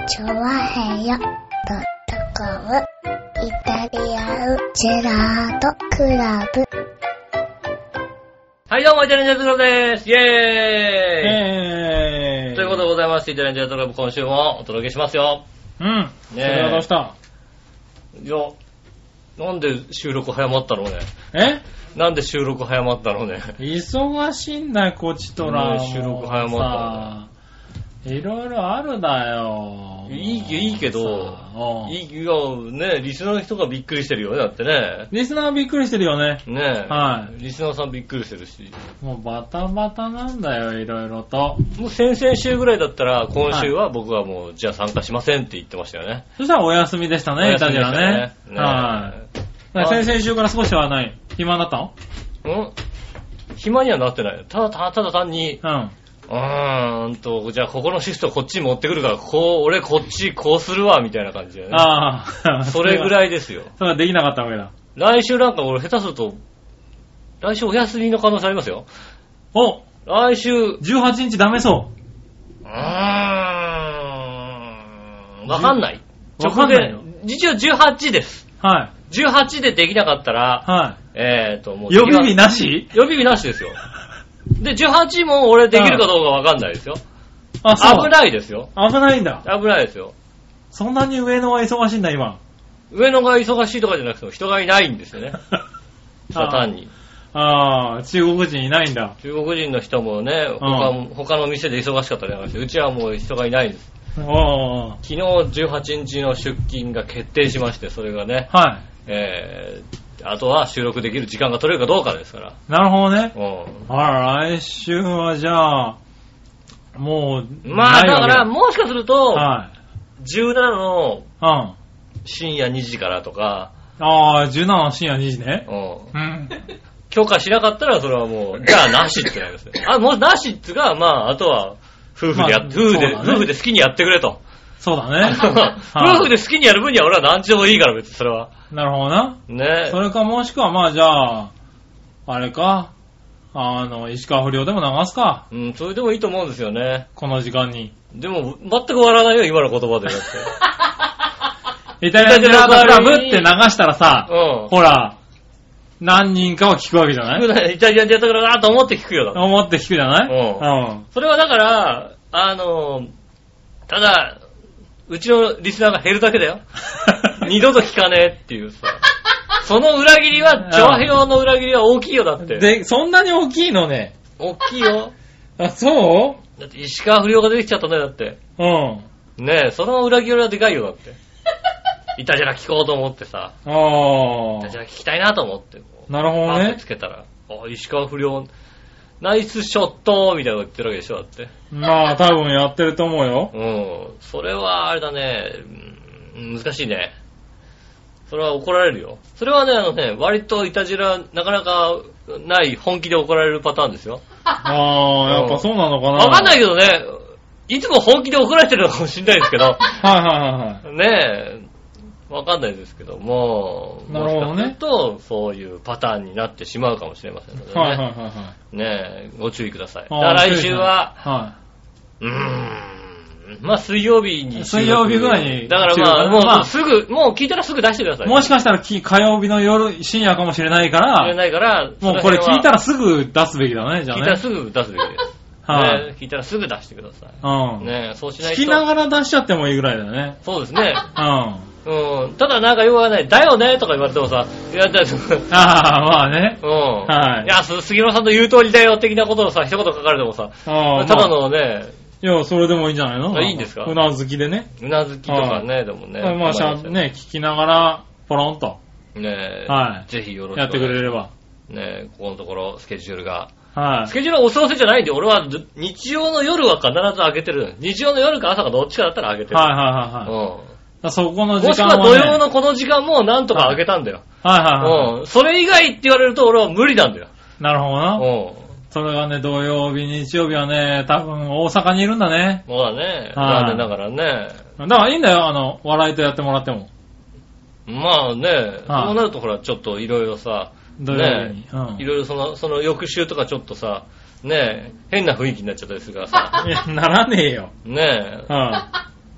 チョワヘヨ.com イタリアンジェラートクラブ。 はい、どうも、イタリアンジェラートクラブです。イェーイ、ということでございまして、イタリアンジェラートクラブ今週もお届けしますよ。 うん。ねえ。それはどうした？ いや、なんで収録早まったのね。なんで収録早まったのね。 忙しいんだよ、こっちとら。 収録早まったのね。 いろいろあるだよ。 いいけど、いや、ね、リスナーの人がびっくりしてるよね、だってね。 リスナーびっくりしてるよね。 ねえ。 はい。 リスナーさんびっくりしてるし。 もうバタバタなんだよ、いろいろと。 もう先々週ぐらいだったら、今週は僕はもう、じゃあ参加しませんって言ってましたよね。 そしたらお休みでしたね、イタジラね。はい。先々週から少しはない。暇だったの？ 暇にはなってない。ただ単に、じゃあここのシフトこっちに持ってくるから、俺こっちこうするわ、みたいな感じだよね。ああ。それぐらいですよ。 それはできなかったわけだ。 来週なんか俺下手すると、来週お休みの可能性ありますよ。来週。 18日ダメそう。 わかんない。 わかんないよ。 一応18です。 はい。 18でできなかったら、 はい。 もう予備日なし？ 予備日なしですよ。で、18も俺できるかどうかわかんないですよ。 あ、そう。 危ないですよ。 危ないんだ。 危ないですよ。 そんなに上野は忙しいんだ、今。 上野が忙しいとかじゃなくても人がいないんですよね。単に。 中国人いないんだ。 中国人の人もね、他の店で忙しかったりなんかして、うちはもう人がいないんです。昨日18日の出勤が決定しまして、それがね。 はい。 あとは収録できる時間が取れるかどうかですから。 なるほどね。来週はじゃあ、もう、 まあだから、もしかすると、17の深夜2時からとか。 17の深夜2時ね。 許可しなかったら、それはもう、じゃあなしってなりますね。もうなしってが、まあ、あとは、夫婦で好きにやってくれと。 そうだね。 夫婦で好きにやる分には俺は何時でもいいから別にそれは。 なるほどな。 ね。 それかもしくはまあじゃあ、あれか、石川不良でも流すか。 それでもいいと思うんですよね。 この時間に。 でも、全く笑わないよ、今の言葉でだって。 イタリアンジェラートクラブって流したらさ、ほら、何人かは聞くわけじゃない？ イタリアンジェラートクラブだと思って聞くよだ。 思って聞くじゃない？ それはだから、ただ、うちのリスナーが減るだけだよ。二度と聞かねえっていうさ。その裏切りは、チョアヘヨの裏切りは大きいよ、だって。 で、そんなに大きいのね。 大きいよ。 そう？ だって石川不良が出てきちゃったね、だって。ねえ、その裏切りはでかいよ、だって。イタジェラ聞こうと思ってさ。イタジェラ聞きたいなと思って。 なるほどね。 つけたら、石川不良、ナイスショットみたいなこと言ってるわけでしょ、だって。 まあ、多分やってると思うよ。 それは、あれだね、難しいね。それは怒られるよ。それはね、割とイタジラなかなかない本気で怒られるパターンですよ。 やっぱそうなのかな。 わかんないけどね、いつも本気で怒られてるのかもしれないですけど。ねえ、わかんないですけども、 なるほどね。 もしかすると、そういうパターンになってしまうかもしれませんのでね。ねえ、ご注意ください。来週は、まあ水曜日に。 水曜日ぐらいに。 だからまあ、もう聞いたらすぐ出してください。 もしかしたら火曜日の深夜かもしれないから、もうこれ聞いたらすぐ出すべきだね、じゃあね。 聞いたらすぐ出すべきです。聞いたらすぐ出してください。ねえ、そうしないと。 聞きながら出しちゃってもいいぐらいだよね。 そうですね。ただなんかよくわかんない。だよねとか言われてもさ、 まあね。 いや、杉村さんの言う通りだよ的なことをさ、一言書かれてもさ、ただのね、 いや、それでもいいんじゃないの？ いいんですか？ うなずきでね。 うなずきとかね、でもね。 まあ、聞きながら、ポロンと。 ねえ。ぜひよろしく。 やってくれれば。 ねえ、ここのところ、スケジュールが。 スケジュールはお知らせじゃないんで、俺は日曜の夜は必ず開けてる。日曜の夜か朝かどっちかだったら開けてる。そこの時間は、もしくは土曜のこの時間もなんとか開けたんだよ。それ以外って言われると俺は無理なんだよ。 なるほどな。それがね、土曜日、日曜日はね、多分大阪にいるんだね。 そうだね。残念ながらね。 だからいいんだよ、笑いとやってもらっても。 まあね、そうなるとほら、ちょっといろいろさ、ね、いろいろその翌週とかちょっとさ、ね変な雰囲気になっちゃったりするからさ。 いや、ならねえよ。 ね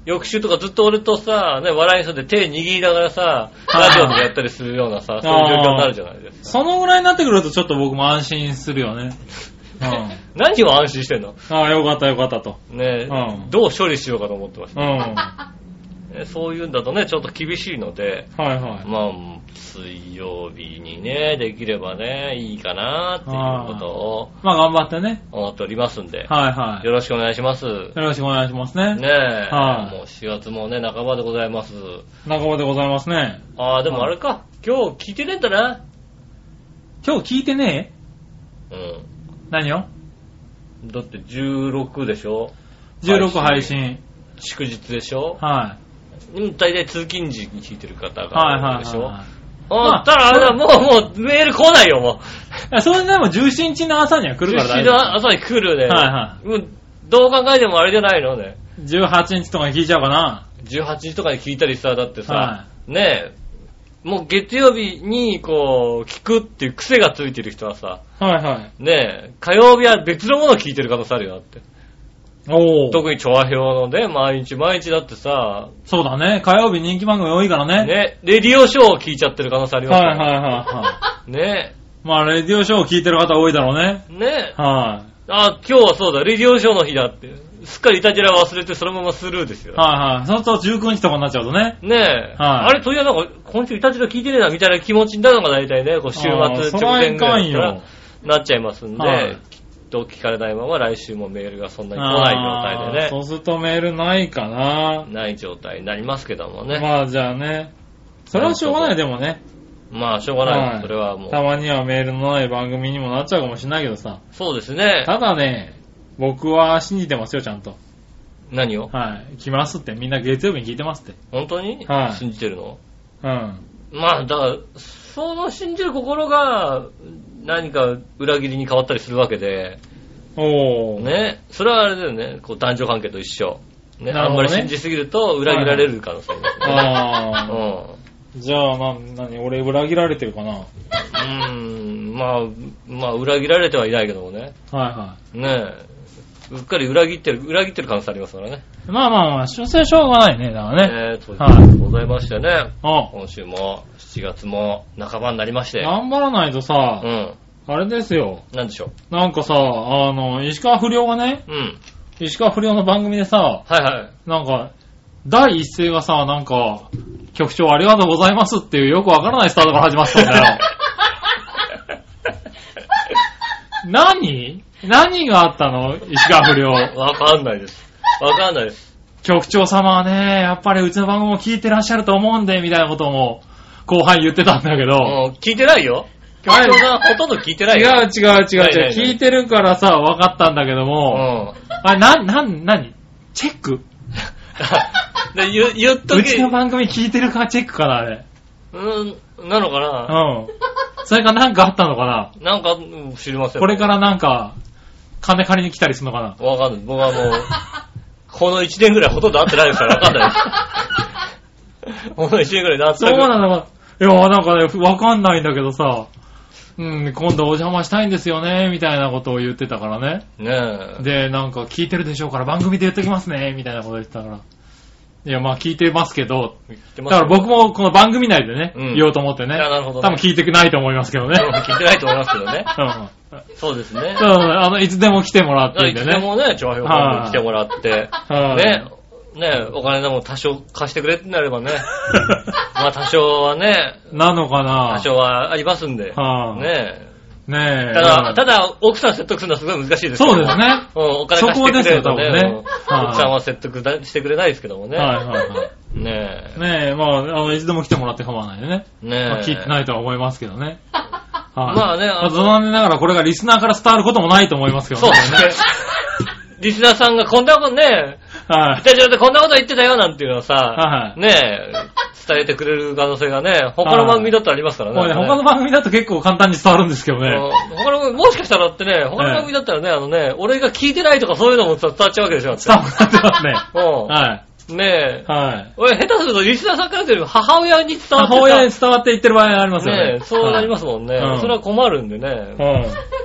翌週とかずっと俺とさ、ね、笑いに沿って手握りながらさ、ラジオでやったりするようなさ、そういう状況になるじゃないですか。 そのぐらいになってくるとちょっと僕も安心するよね。 何を安心してんの？ ああ、よかったよかったと。 ね、どう処理しようかと思ってました。そういうんだとね、ちょっと厳しいので、 はいはい。 まあ、水曜日にね、できればね、いいかなっていうことを、 まあ頑張ってね。 思っておりますんで、 はいはい。 よろしくお願いします。 よろしくお願いしますね。 ねえ、はい、もう4月もね、半ばでございます。 半ばでございますね。 ああ、でもあれか、今日聞いてねえんだな。 今日聞いてねえ？うん。 何を？ だって16でしょ？ 16配信。 祝日でしょ？ はい。 大体通勤時に聞いてる方がいるでしょ。 あったらあれだ、もうメール来ないよ、もう。それでも17日の朝には来るから大丈夫。17日の朝に来るね。はいはい。もうどう考えてもあれじゃないのね。 18日とかに聞いちゃうかな。 18日とかに聞いたりさ、だってさ、はい、ねえ、もう月曜日にこう、聞くっていう癖がついてる人はさ、 はいはい。 ねえ、火曜日は別のものを聞いてる可能性あるよ、だって。特に調和表のね、毎日だってさ。 そうだね。火曜日人気番組多いからね。 ね。レディオショーを聞いちゃってる可能性ありますから。 はいはいはい。 ね。 まあ、レディオショーを聞いてる方多いだろうね。 ね。 はい。 あ、今日はそうだ、レディオショーの日だって。すっかりイタジラ忘れてそのままスルーですよ。 はいはい。そうすると19日とかになっちゃうとね。 ねえ。はい。あれ、とりあえずなんか、今週イタジラ聞いてねえな、みたいな気持ちになるのが大体ね、こう週末直前ぐらいからなっちゃいますんで。はいと聞かれないまま来週もメールがそんなに来ない状態でね。 そうするとメールないかな。 ない状態になりますけどもね。 まあじゃあね。それはしょうがないでもね。 まあしょうがない、はい。それはもう。 たまにはメールのない番組にもなっちゃうかもしれないけどさ。 そうですね。 ただね、僕は信じてますよ、ちゃんと。 何を？ はい。来ますって。みんな月曜日に聞いてますって。 本当に？ はい。 信じてるの？ うん。 まあだから、その信じる心が何か裏切りに変わったりするわけで。 おー。 ね。それはあれだよね。こう男女関係と一緒。ね。あんまり信じすぎると裏切られる可能性がある、ね。 ああ。うん。じゃあ、俺裏切られてるかな？ まあ、裏切られてはいないけどもね。 はいはい。 ねえ。うっかり裏切ってる可能性ありますからね。 まあ、所詮しょうがないね。だからね。 そうですございましてね。今週も7月も半ばになりまして。 頑張らないとさ、 うん。 あれですよ。 なんでしょう。なんかさ、石川不良がね、 うん。 石川不良の番組でさ、 はいはい。 なんか、第一声がさ、なんか、局長ありがとうございますっていうよくわからないスタートから始まったんだよ。何があったの石川不良。 わかんないです。 局長様はね、やっぱりうちの番組も聞いてらっしゃると思うんで、みたいなことも後輩言ってたんだけど。 聞いてないよ。局長さんほとんど聞いてないよ。 違う。聞いてるからさ、分かったんだけども。あれ、何チェック言っとけ。 うちの番組聞いてるかチェックかな、あれ。 なのかな。 それかなんかあったのかな。 なんか、知りません。 これからなんか、金借りに来たりするのかな。 わかんない。僕はもう、この1年ぐらいほとんど会ってないですからわかんないです。この1年ぐらいなってそうなのか。いや、なんかね、わかんないんだけどさ、今度お邪魔したいんですよね、みたいなことを言ってたからね。 ねえ。 で、なんか聞いてるでしょうから番組で言っときますね、みたいなこと言ってたから。いや、まあ聞いてますけど、だから僕もこの番組内でね、言おうと思ってね。 なるほど、 多分聞いてないと思いますけどね。 聞いてないと思いますけどね。そうですね。 いつでも来てもらっていいんでね。 いつでもね、調和表来てもらって、ね、お金でも多少貸してくれってなればね。まあ多少はね。 なのかな。 多少はありますんで。 ねえ。 ただ、奥さん説得するのはすごい難しいですそうですね。 お金貸してくれるとね。 奥さんは説得してくれないですけどもね。 ねえ、まあ、いつでも来てもらって構わないでね。まあ、聞いてないとは思いますけどね。 まあね、 残念ながらこれがリスナーから伝わることもないと思いますけどね。 そうですね。リスナーさんがこんなことね、イタジラでこんなこと言ってたよなんていうのをさ、ね伝えてくれる可能性がね、他の番組だとありますからね。 他の番組だと結構簡単に伝わるんですけどね。 もしかしたらってね、他の番組だったらね、俺が聞いてないとかそういうのも伝わっちゃうわけでしょ。 伝わってますね。はい。 ねえ。 はい。 俺、下手するとリスナーさんからすると母親に伝わって母親に伝わっていってる場合がありますよね。 ねそうなりますもんね。それは困るんでね。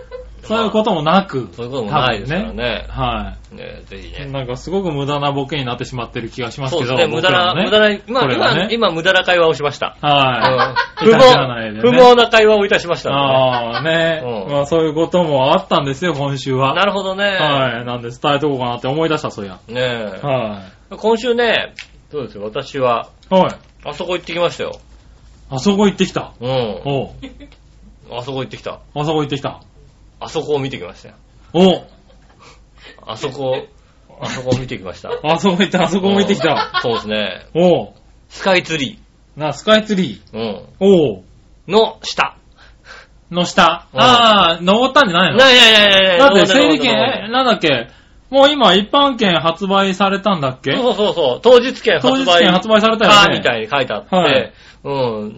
そういうこともなく。 そういうこともないですからね。 はい。 ね、ぜひね。 なんかすごく無駄なボケになってしまってる気がしますけど。 そうですね、無駄な、今無駄な会話をしました。 はい。 不毛な会話をいたしました。 ああ、ね。まあそういうこともあったんですよ、今週は。 なるほどね。 はい。なんで伝えとこうかなって思い出した、そうや。 ねえ。はい。今週ね、そうですよ、私は。はい。あそこ行ってきましたよ。 あそこ行ってきた。 うん。おう。あそこ行ってきた。 あそこ行ってきた。 あそこを見てきましたよ。 おあそこを見てきました。 あそこ行った、あそこを見てきた。 そうですね。 おスカイツリー。スカイツリー。うん。おの下。 の下。ああ、登ったんじゃないの？ いや。 だって整理券、なんだっけ？もう今一般券発売されたんだっけ？ そう。当日券発売されたよね。 みたいに書いてあって、はい、うん。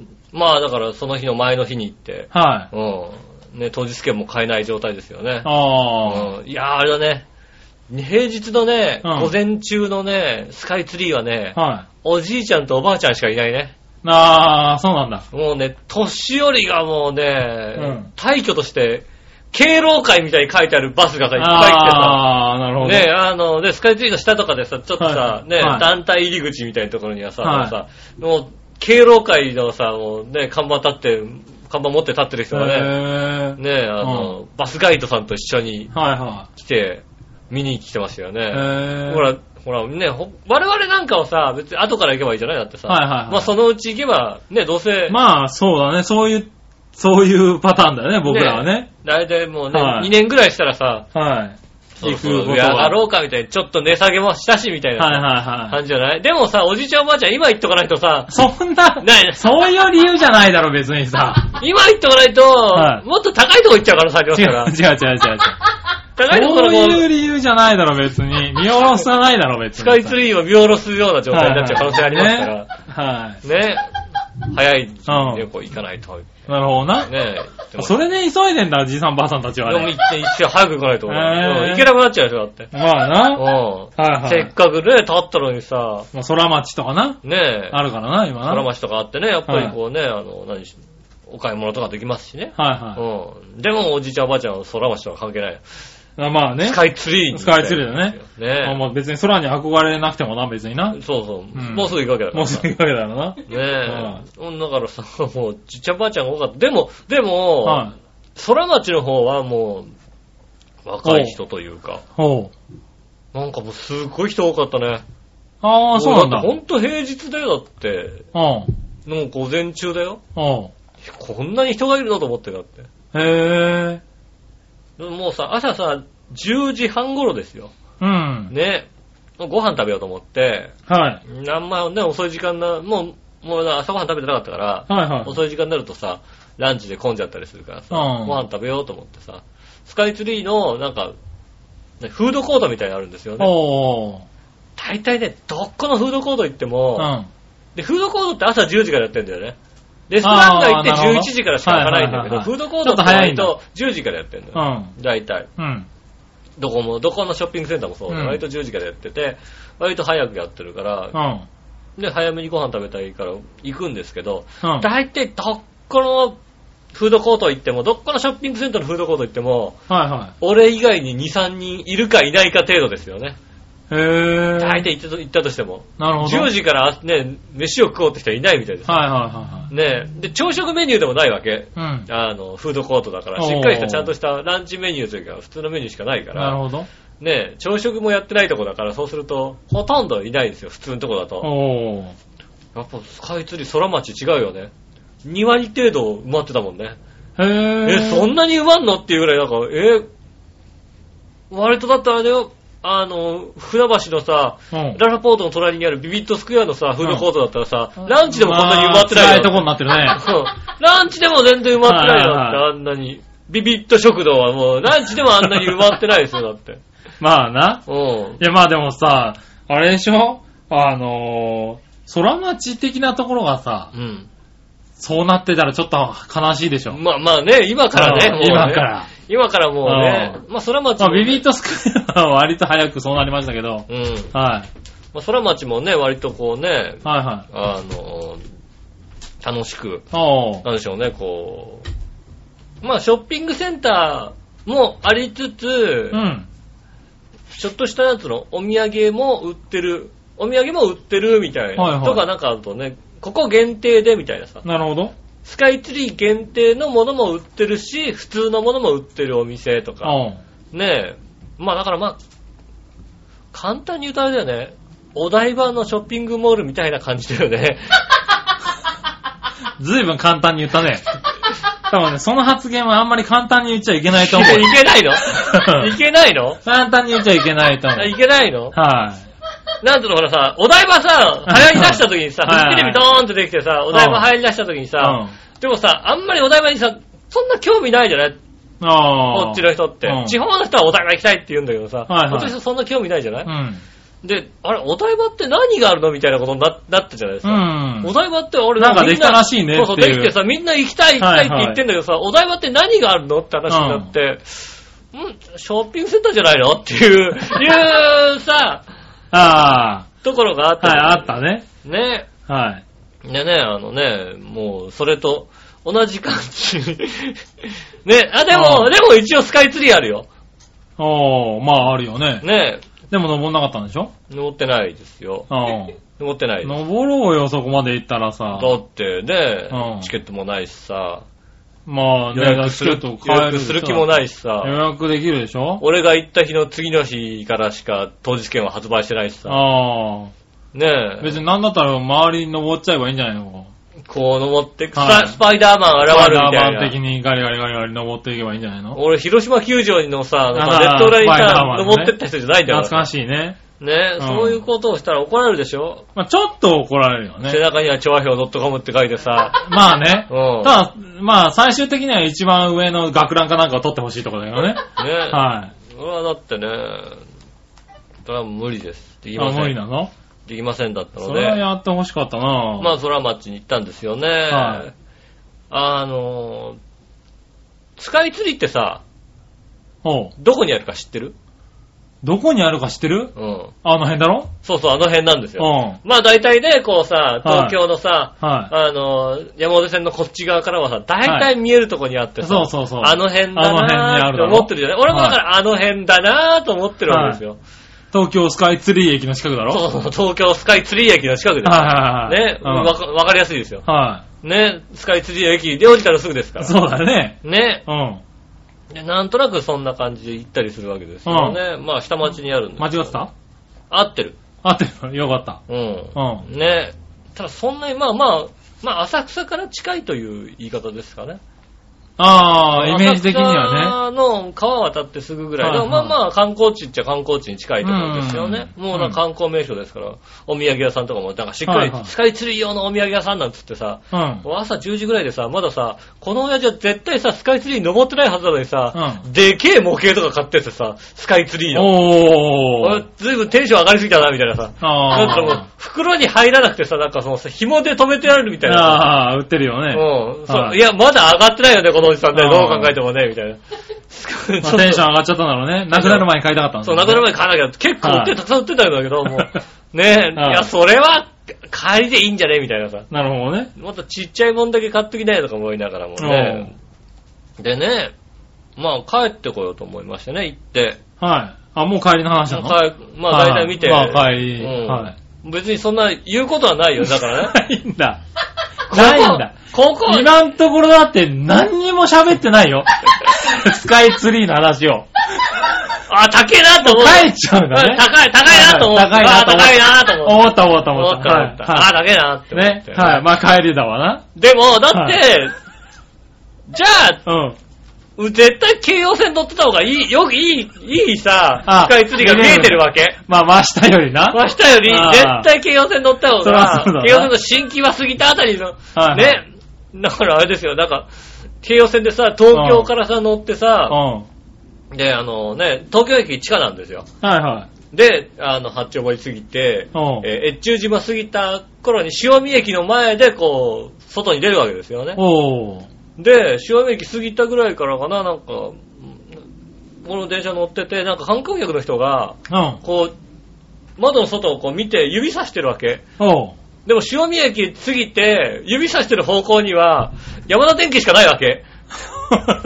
まあだからその日の前の日に行って、はい。うん。ね、当日券も買えない状態ですよね。 ああ。 いやーあれだね。平日のね、午前中のね、スカイツリーはね、はい。おじいちゃんとおばあちゃんしかいないね。 ああ、そうなんだ。 もうね、年寄りがもうね、退去として、敬老会みたいに書いてあるバスがさ、いっぱい来てさ。 ああ、なるほど。 ね、スカイツリーの下とかでさ、ちょっとさ、ね、団体入り口みたいなところにはさ、もう、敬老会のさ、もうね、看板持って立ってる人がね、ね、バスガイドさんと一緒に来て、見に来てましたよね。ほら、ね、我々なんかはさ、別に後から行けばいいじゃないだってさ。まあそのうち行けば、ね、どうせ。 まあそうだね、そういうパターンだよね、僕らはね。 大体もうね、2年ぐらいしたらさ、 はい。 行くこと上がろうかみたいに、ちょっと値下げもしたしみたいな感じじゃない？でもさ、おじいちゃんおばあちゃん今行っとかないとさ、 そんな、そういう理由じゃないだろ、別にさ。 今行っとかないと、もっと高いとこ行っちゃう可能性ありますから。 違う。高いところそういう理由じゃないだろ、別に。見下ろさないだろ、別に。 スカイツリーを見下ろすような状態になっちゃう可能性ありますから。 はい。 ね。早い旅行行かないと。 なるほどな。 ねそれで急いでんだ、じいさんばあさんたちはね。 行って早く行かないと。行けなくなっちゃうでしょ、だって。 まあな。 せっかくね、立ったのにさ。 空町とかな。 ねあるからな、今な。 空町とかあってね、やっぱりこうね、お買い物とかできますしね。でもおじいちゃんおばあちゃんは空町とか関係ない。 まあね。 スカイツリーだね。ねもう別に空に憧れなくてもな、別にな。 そう。もうすぐ行くわけだから。 もうすぐ行くわけだからな。 ねえ。だからさ、もう、じいちゃんばあちゃんが多かった。でも、空町の方はもう、若い人というか。なんかもうすごい人多かったね。 ああ、そうなんだ。 ほんと平日だよ、だって。もう午前中だよ。こんなに人がいるのと思ってだって。 へえ。 もうさ、朝さ、10時半頃ですよ。 うん。 ね。ご飯食べようと思って。 はい。 あんまね、遅い時間もう朝ご飯食べてなかったから、遅い時間になるとさ、ランチで混んじゃったりするからさ、ご飯食べようと思ってさ、スカイツリーの、なんか、フードコートみたいなのあるんですよね。大体ね、どこのフードコート行っても、で、フードコートって朝10時からやってんだよね。レストラン街って11時からしか開かないんだけど、フードコートって割と10時からやってんだよ。大体。どこのショッピングセンターもそうだ。割と10時からやってて、割と早くやってるから、で、早めにご飯食べたいから行くんですけど、大体どっこのフードコート行っても、どっこのショッピングセンターのフードコート行っても、俺以外に2、3人いるかいないか程度ですよね。大体行ったとしても。 なるほど。 10時からね、飯を食おうって人はいないみたいです。ねで、朝食メニューでもないわけ。フードコートだから、しっかりしたちゃんとしたランチメニューというか、普通のメニューしかないから。 なるほど。 ね朝食もやってないとこだから、そうすると、ほとんどいないですよ、普通のとこだと。やっぱスカイツリー空町違うよね。2割程度埋まってたもんね。そんなに埋まんのっていうぐらい、なんか、割とだったらあれよ、船橋のさ、ララポートの隣にあるビビットスクエアのさ、フードコートだったらさ、ランチでもこんなに埋まってないよ。 辛いとこになってるね。 ランチでも全然埋まってないよ、だって、あんなに。ビビット食堂はもう、ランチでもあんなに埋まってないですよ、だって。 まあな。いやまあでもさ、あれでしょ空町的なところがさ、そうなってたらちょっと悲しいでしょ。 まあね、今からね、もうね。今からもうね、空町も、 ビビットスクエアは割と早くそうなりましたけど、 空町もね、割とこうね、楽しく、なんでしょうね、こう、ショッピングセンタもありつつ、ちょっとしたやつのお土産も売ってるみたいな。とかなんかあるとね、ここ限定でみたいなさ。 なるほど。 スカイツリー限定のものも売ってるし、普通のものも売ってるお店とか。ねえ。まあだから簡単に言うとあれだよね。お台場のショッピングモールみたいな感じだよね。 ずいぶん簡単に言ったね。多分ね、その発言はあんまり簡単に言っちゃいけないと思う。 いけないのいけないの簡単に言っちゃいけないと思う。 いけないのはい。 なんていうのほらさ、お台場さ、流行り出した時にさ、フジテレビドーンとできてさ、お台場流行り出した時にさ、でもさ、あんまりお台場にさ、そんな興味ないじゃないこっちの人って。地方の人はお台場行きたいって言うんだけどさ、私はそんな興味ないじゃないで、あれ、お台場って何があるのみたいなことになったじゃないですか。お台場って俺なんかできたらしいねっていう。 そう、できてさ、みんな行きたいって言ってんだけどさ、お台場って何があるのって話になって、ショッピングセンターじゃないのっていうさ、ところがあった。 はい、あったね。 ね。 はい。 でね、もう、それと同じ感じ。ね、でも一応スカイツリーあるよ。 まああるよね。 ね。 でも登んなかったんでしょ？ 登ってないですよ。登ってないです。 登ろうよ、そこまで行ったらさ。 だってね、チケットもないしさ。 まあ、 予約する気もないしさ。 予約できるでしょ？ 俺が行った日の次の日からしか当日券は発売してないしさ。ねえ。 別になんだったら周りに登っちゃえばいいんじゃないの？ こう登って、スパイダーマン現るみたいな。スパイダーマン的にガリガリガリガリ登っていけばいいんじゃないの？ 俺、広島球場のさ、レッドラインさ、登ってった人じゃないんだよ。 懐かしいね。 ね、そういうことをしたら怒られるでしょ？ まあちょっと怒られるよね。 背中には調和表 .com って書いてさ。 まあね。ただ、まあ最終的には一番上の学ランかなんかを取ってほしいところだよね。ね。はい。 それはだってね、それは無理です。できません。 無理なの？ できませんだったので。 それはやってほしかったな。 まあ空町に行ったんですよね。はい。スカイツリーってさ、どこにあるか知ってる？ どこにあるか知ってる？あの辺だろ？ そうそう、あの辺なんですよ。まあ大体ね、こうさ、東京のさ、山手線のこっち側からはさ、大体見えるとこにあってさ、そう。あの辺だなーって思ってるじゃない？俺もだからあの辺だなーと思ってるわけですよ。 東京スカイツリー駅の近くだろ？ そう、東京スカイツリー駅の近くです。ね、わかりやすいですよ。ね、スカイツリー駅で降りたらすぐですから。 そうだね。 ね。で、なんとなくそんな感じで行ったりするわけですよね。まあ、下町にあるんです。 間違ってた？ 合ってる。 合ってる。よかった。 ね。ただそんなに、まあ、浅草から近いという言い方ですかね。 イメージ的にはね。の川渡ってすぐぐらいの、まあ観光地っちゃ観光地に近いところですよね。もうなんか観光名所ですから、お土産屋さんとかも、なんかしっかりスカイツリー用のお土産屋さんなんつってさ、朝10時ぐらいでさ、まださ、この親父は絶対さ、スカイツリー登ってないはずなのにさ、でけえ模型とか買っててさ、スカイツリーの。ずいぶんテンション上がりすぎたな、みたいなさ。なんかもう、袋に入らなくてさ、なんかその紐で止めてあるみたいな。 売ってるよね。 いや、まだ上がってないよね、このおじさんね。どう考えてもね、みたいな。 テンション上がっちゃったんだろうね。なくなる前に買いたかったんだ。 そう、なくなる前に買わなきゃ。結構たくさん売ってたんだけど、もう。ねえ、いや、それは、帰りでいいんじゃねみたいなさ。 なるほどね。 もっとちっちゃいもんだけ買っときなよとか思いながらもね。でね、まあ帰ってこようと思いましてね、行って。 はい。もう帰りの話なの？ まあ大体見て。 まあ帰り。はい。 別にそんな言うことはないよ、だからね。 ないんだ。ないんだ。今んところだって何にも喋ってないよ。スカイツリーの話を。 高いなと思う。 帰っちゃうんだね。 高いなと思う。高いなと思う。 思った。 高いなって思って。 ね。はい。まあ帰りだわな。 でも、だって、じゃあ、絶対京葉線乗ってた方がいいさ、スカイツリーが見えてるわけ。 まあ真下よりな。 真下より、絶対京葉線乗った方が、京葉線の新木場過ぎたあたりの、ね。だからあれですよ、なんか、京葉線でさ、東京からさ、乗ってさ、で、東京駅地下なんですよ。で、八丁堀過ぎて、越中島過ぎた頃に塩見駅の前で、こう、外に出るわけですよね。で、塩見駅過ぎたぐらいからかな、なんか、この電車乗ってて、なんか観光客の人が、こう、窓の外をこう見て指さしてるわけ。でも塩見駅過ぎて、指さしてる方向には、山田電機しかないわけ。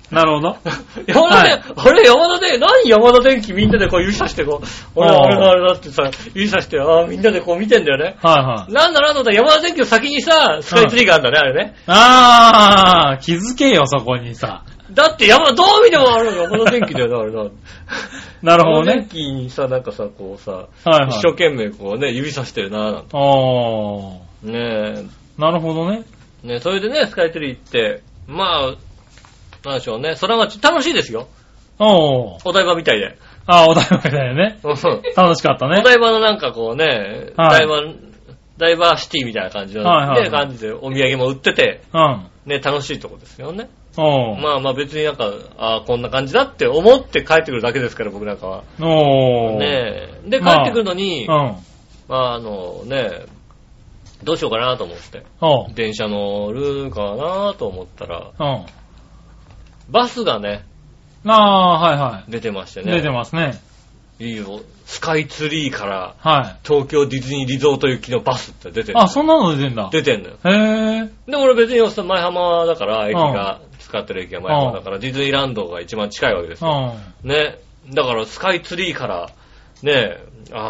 なるほど。 山田電機、あれ山田電機、何山田電機みんなでこう指さしてこう、俺あれだってさ、指さして、みんなでこう見てんだよね。 はいはい。 なんだと山田電機の先にさ、スカイツリーがあるんだね、あれね。 気づけよ、そこにさ。 だってどう見てもある山田電機だよな、あれな。 なるほどね。 山田電機にさ、なんかさ、こうさ、一生懸命こうね、指さしてるな、なんて。ねえ。 なるほどね。 ね、それでね、スカイツリー行って、まあ、なんでしょうね、空町楽しいですよ。お台場みたいで。 お台場みたいでね。楽しかったね。 お台場のなんかこうね、ダイバーシティみたいな感じの、感じでお土産も売ってて、ね、楽しいとこですよね。まあ別になんか、こんな感じだって思って帰ってくるだけですから、僕なんかは。ねで、帰ってくるのに、ね、どうしようかなと思って。電車乗るかなと思ったら、バスがね、 はいはい。 出てましてね。 出てますね。 いいよ。スカイツリーから、東京ディズニーリゾート行きのバスって出てる。 そんなの出てんだ。 出てんのよ。 へぇで、俺別に前浜だから、使ってる駅が前浜だから、ディズニーランドが一番近いわけですよ。ね。だからスカイツリーから、ね、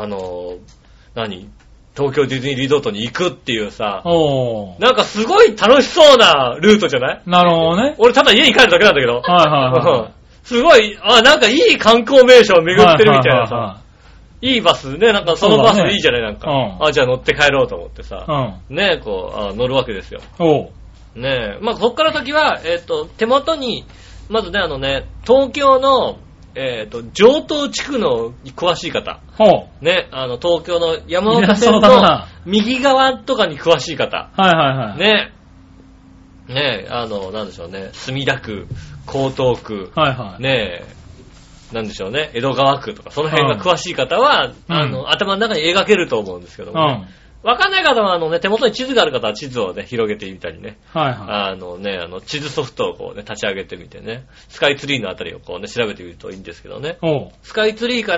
東京ディズニーリゾートに行くっていうさ、なんかすごい楽しそうなルートじゃない？ なるほどね。 俺ただ家に帰るだけなんだけど。すごい、なんかいい観光名所を巡ってるみたいなさ、いいバスね、なんかそのバスいいじゃない、なんか。じゃあ乗って帰ろうと思ってさ、ね、こう、乗るわけですよ。ね、まあこっから先は、手元に、まずね、東京の、城東地区の詳しい方。ね、東京の山手線の右側とかに詳しい方。ね。ね、なんでしょうね、墨田区、江東区、ね、なんでしょうね、江戸川区とか、その辺が詳しい方は、頭の中に描けると思うんですけども、わかんない方は、手元に地図がある方は地図をね、広げてみたりね。地図ソフトをこうね、立ち上げてみてね、スカイツリーのあたりをこうね、調べてみるといいんですけどね。スカイツリーから、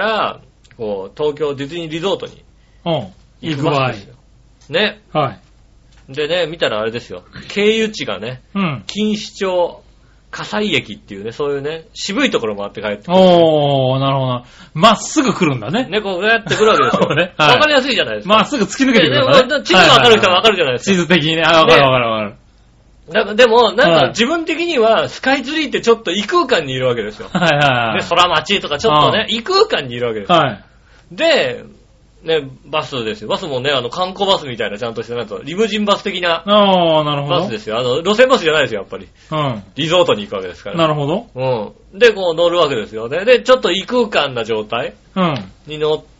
こう、東京ディズニーリゾートに行くわけですよ。ね。でね、見たらあれですよ。経由地がね、錦糸町、葛西駅っていうね、そういうね、渋いところもあって帰ってくる。 なるほど。まっすぐ来るんだね。 ね、こうやってくるわけですよ。わかりやすいじゃないですか。 まっすぐ突き抜けてくるんだね。 地図わかる人はわかるじゃないですか。 地図的にね。わかる。 でも、なんか自分的にはスカイツリーってちょっと異空間にいるわけですよ。で、空町とかちょっとね、異空間にいるわけですよ。で、ね、バスですよ。バスもね、観光バスみたいなちゃんとしてなんと、リムジンバス的なバスですよ。路線バスじゃないですよ、やっぱり。リゾートに行くわけですから。 なるほど。 で、こう乗るわけですよね。で、ちょっと異空間な状態に乗って、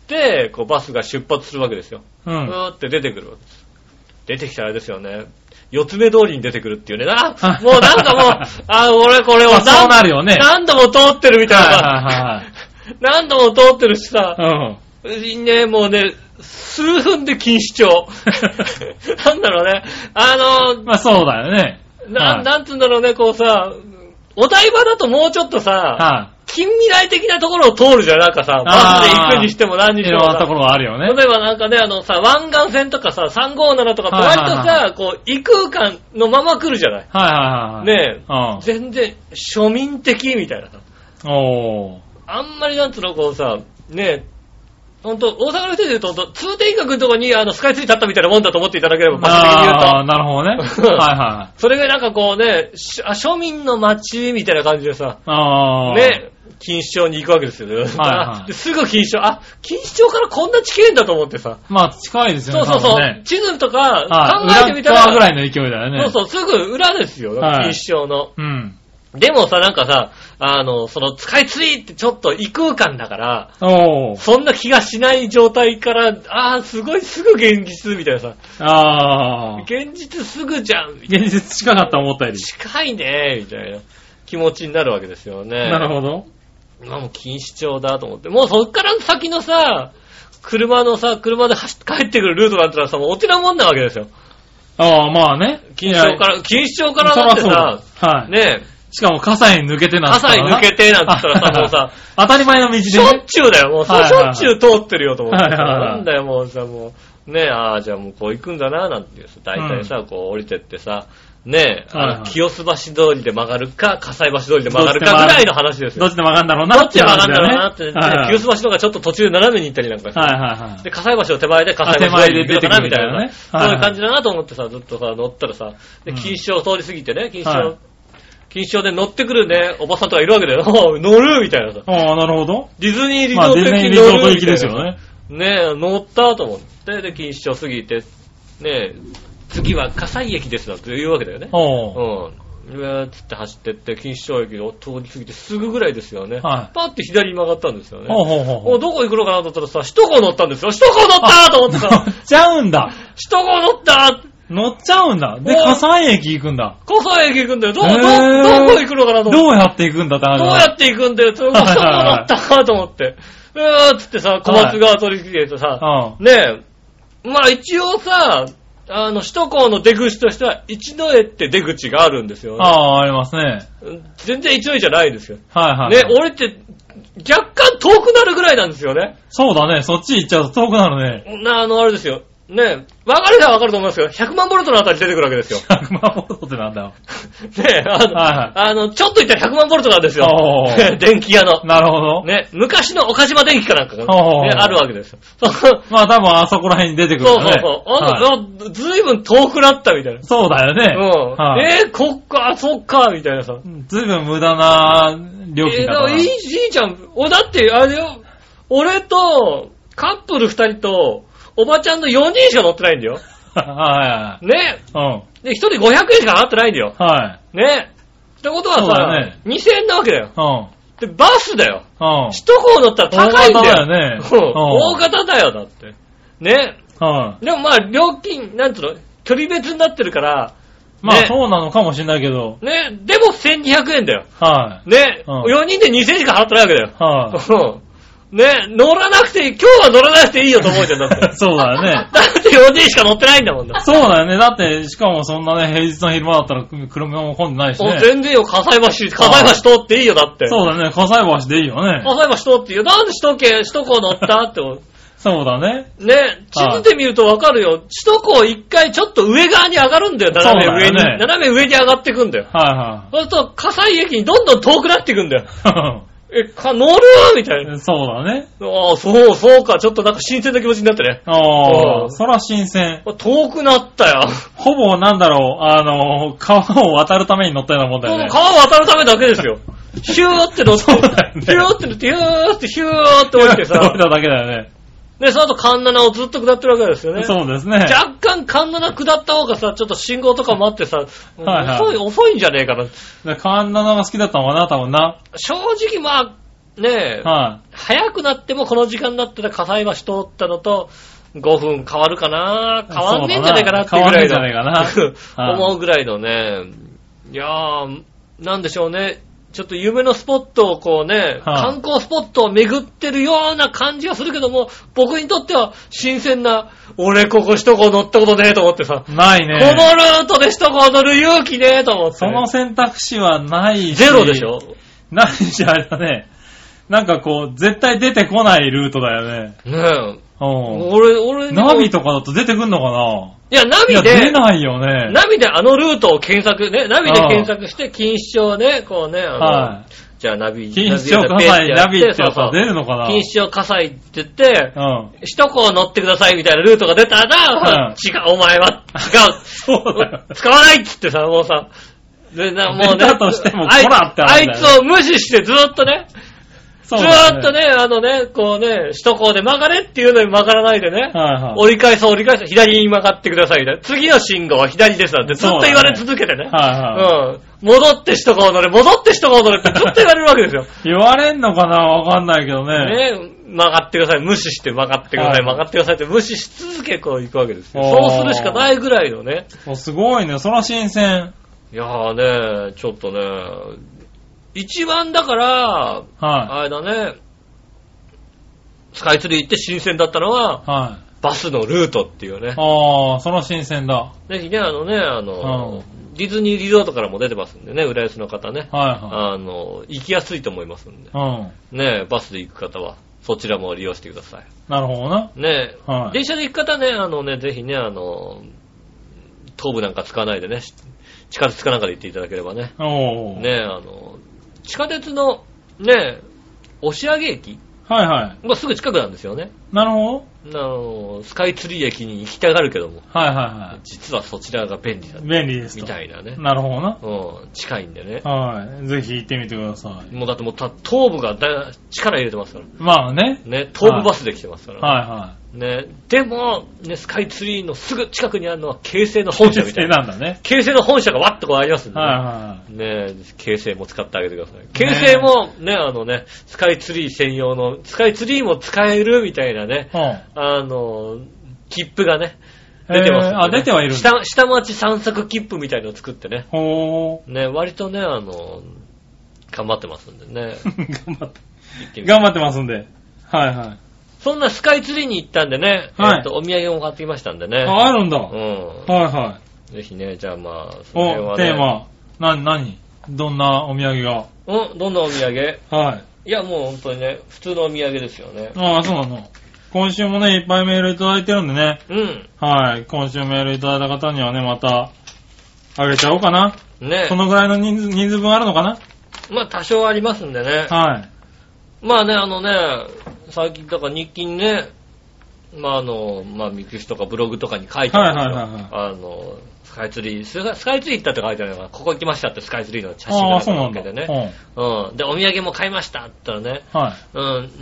こうバスが出発するわけですよ。って出てくるわけです。出てきたらですよね。四つ目通りに出てくるっていうね。もうなんかもう、俺これを何度も通ってるみたいな。何度も通ってるしさ。ね、もうね、数分で錦糸町。なんだろうね。 まあそうだよね。 なんつうんだろうね、こうさ、お台場だともうちょっとさ、近未来的なところを通るじゃん、なんかさ、バスで行くにしても何にしても。いろんなところがあるよね。 例えばなんかね、湾岸線とかさ、357とか割とさ、こう、異空間のまま来るじゃない。ねえ、全然、庶民的みたいなさ。あんまりなんつうの、こうさ、ねえ、ほんと、大阪の人で言うと、通天閣のとこにスカイツリー立ったみたいなもんだと思っていただければ、場所的に言うと。 なるほどね。 それがなんかこうね、庶民の街みたいな感じでさ、ね、錦糸町に行くわけですよね。すぐ錦糸町、錦糸町からこんな地形だと思ってさ。 まあ近いですよね。 そう。地図とか考えてみたら。 裏側ぐらいの勢いだよね。 すぐ裏ですよ、錦糸町の。でもさ、なんかさ、そのスカイツリーってちょっと異空間だから、そんな気がしない状態から、すごいすぐ現実みたいなさ。現実すぐじゃん。 現実近かった思ったより。 近いねみたいな気持ちになるわけですよね。 なるほど。 もう錦糸町だと思って。もうそっから先のさ、車で帰ってくるルートなんてのはさ、もうお手なもんなわけですよ。 まあね。 錦糸町からだってさ、ねえ。 しかも、葛西抜けてなんて。 葛西抜けてなんて言ったらさ、もうさ、 当たり前の道で。 しょっちゅうだよ、もう。しょっちゅう通ってるよと思って。なんだよ、もうさ、もねえ、じゃあもうこう行くんだな、なんていうさ、大体さ、こう降りてってさ、ねえ、清洲橋通りで曲がるか、葛西橋通りで曲がるかぐらいの話ですよ。 どっちで曲がるんだろうなって。 どっちで曲がるんだろうなって。清洲橋とかちょっと途中斜めに行ったりなんかして。で、葛西橋を手前で葛西橋通りで出てくるみたいなね。そういう感じだなと思ってさ、ずっとさ、乗ったらさ、で、錦糸町を通り過ぎてね、錦糸町で乗ってくるね、おばさんとかいるわけだよ。乗るみたいなさ。 ああ、なるほど。 ディズニーリゾート行きに乗るみたいな。 ですよね。 ねえ、乗ったと思って、で、錦糸町過ぎて、ねえ、次は葛西駅ですなんて言うわけだよね。つって走ってって、錦糸町駅を通り過ぎてすぐぐらいですよね。パッて左に曲がったんですよね。どこ行くのかなと思ったらさ、首都高乗ったんですよ。首都高乗ったと思ってさ。 乗っちゃうんだ。 首都高乗った乗っちゃうんだ。で、葛西駅行くんだ。 葛西駅行くんだよ。どこ行くのかなと思って。 どうやって行くんだって話。 どうやって行くんだよ。首都高乗ったと思って。つってさ、小松川取り付けてさ、ねえ、まあ一応さ、首都高の出口としては、一之江って出口があるんですよね。 ありますね。 全然一之江じゃないんですよ。 ね、 俺って若干遠くなるぐらいなんですよね。 そうだね、そっち行っちゃうと遠くなるね。 あれですよ。ねえ、分かる人は分かると思いますけど、100万ボルトのあたり出てくるわけですよ。 100万ボルトってなんだよ。 ねえ、ちょっと言ったら100万ボルトなんですよ。電気屋の。 なるほど。 ね、昔の岡島電気かなんかが、ね、あるわけですよ。 まあ多分あそこら辺に出てくるね。 そう。ずいぶん遠くなったみたいな。 そうだよね。 こっか、そっか、みたいなさ。 ずいぶん無駄な料金だな。 いいじゃん。だって、あれよ、俺と、カップル2人と、おばちゃんの4人しか乗ってないんだよ。ね。で、1人500円しか払ってないんだよ。ね。ってことはさ、2000円なわけだよ。で、バスだよ。首都高乗ったら高いんだよ。大型だよ、だって。ね。でもまあ、料金、なんつうの、距離別になってるから、 まあそうなのかもしれないけど。 ね。でも1200円だよ。ね。4人で2000円しか払ってないわけだよ。ね、乗らなくていい、今日は乗らなくていいよと思うじゃん、だって。 そうだよね。 だって4人しか乗ってないんだもんだ。 そうだよね。だって、しかもそんなね、平日の昼間だったら車も混んでないしね。 全然よ、葛西橋通っていいよ、だって。 そうだね、葛西橋でいいよね。 葛西橋通っていいよ。なんで首都高乗ったって。 そうだね。 ね、地図で見るとわかるよ。首都高一回ちょっと上側に上がるんだよ、斜め上に。斜め上に上がってくんだよ。そうすると、葛西駅にどんどん遠くなっていくんだよ。乗るみたいな。 そうだね。 そうか。ちょっとなんか新鮮な気持ちになってね。 そら新鮮。 遠くなったよ。 ほぼなんだろう、川を渡るために乗ったようなもんだよね。 川を渡るためだけですよ。ヒューって乗って、ヒューって乗って、ヒューって降りてさ。 降りただけだよね。 で、その後環七をずっと下ってるわけですよね。 そうですね。 若干環七下った方がさ、ちょっと信号とか待ってさ、遅いんじゃねえかな。 環七が好きだったのかな、多分な。 正直まあ、ねえ、早くなってもこの時間になったら葛西橋通ったのと、5分変わるかな、変わんねえんじゃねえかなっていうぐらいの。変わんねえんじゃねえかな。思うぐらいのね、いやー、なんでしょうね。ちょっと夢のスポットをこうね、観光スポットを巡ってるような感じがするけども、僕にとっては新鮮な、俺ここ首都高乗ったことねえと思ってさ。 ないね。 このルートで首都高乗る勇気ねえと思って。 その選択肢はないし。 ゼロでしょ？ ないし、あれだね。なんかこう、絶対出てこないルートだよね。 ねえ。俺ナビとかだと出てくんのかな？ いや、ナビで。 出ないよね。 ナビであのルートを検索、ね、ナビで検索して、錦糸町ね、こうね、じゃあナビ、 錦糸町葛西ナビってやったら出るのかな？ 錦糸町葛西って言って、首都高乗ってくださいみたいなルートが出たら、違う、お前は違う。そうだよ。使わないっつってさ、もうさ、でもうね、 だとしても、 あいつを無視してずーっとね、ずーっとね、こうね、首都高で曲がれっていうのに曲がらないでね、折り返そう、左に曲がってくださいみたいな。次の信号は左ですなんてずっと言われ続けてね。戻って首都高乗れってずっと言われるわけですよ。 言われんのかなわかんないけどね。 曲がってください。無視して曲がってください。曲がってくださいって無視し続けこう行くわけですよ。そうするしかないぐらいのね。 すごいね。そら新鮮。 いやーね、ちょっとね、一番だから、あれだね、スカイツリー行って新鮮だったのは、バスのルートっていうね。 その新鮮だ。 ぜひね、ディズニーリゾートからも出てますんでね、浦安の方ね。行きやすいと思いますんで。ね、バスで行く方は、 そちらも利用してください。 なるほどな。 ねえ、はい、電車で行く方ね、ぜひね、頭部なんか使わないでね、地下鉄かなんかで行っていただければね。ねえ、地下鉄の、ねえ、押上駅、 はいはい。 まあ、すぐ近くなんですよね。 なるほど。スカイツリー駅に行きたがるけども。 はいはいはい。 実はそちらが便利だ。 便利です。 みたいなね。 なるほどな。 近いんでね。 はい。ぜひ行ってみてください。 もうだってもう頭部が力入れてますから。 まあね。 ね、頭部バスで来てますから。 はいはい。 ね、でも、ね、スカイツリーのすぐ近くにあるのは京成の本社みたいな。 京成なんだね。 京成の本社がわっとこうありますんでね。 はいはい。 ね、京成も使ってあげてください。京成もね、スカイツリー専用の、スカイツリーも使えるみたいなね、切符がね、出てますんでね。 出てはいるんだ。 下町散策切符みたいのを作ってね。ね、割とね、頑張ってますんでね。 頑張ってますんで。はいはい。 そんなスカイツリーに行ったんでね、 はい、 お土産も買ってきましたんでね。 あるんだ。 うん。 はいはい。 ぜひね、じゃあまあ、それはね。 テーマ。何どんなお土産がどんなお土産？ はい。 いや、もう本当にね、普通のお土産ですよね。 ああ、そうなの。今週もね、いっぱいメールいただいてるんでね。 うん。 はい。今週メールいただいた方にはね、また、あげちゃおうかな。 ね。 そのぐらいの人数分あるのかな？ まあ、多少ありますんでね。 はい。 まあね、最近だから日記にね、まあミクシとかブログとかに書いてあるんですよ。はいはいはい。スカイツリー行ったって書いてあるから、ここ行きましたってスカイツリーの写真が出たわけでね。うん。で、お土産も買いましたって言ったらね、 はい。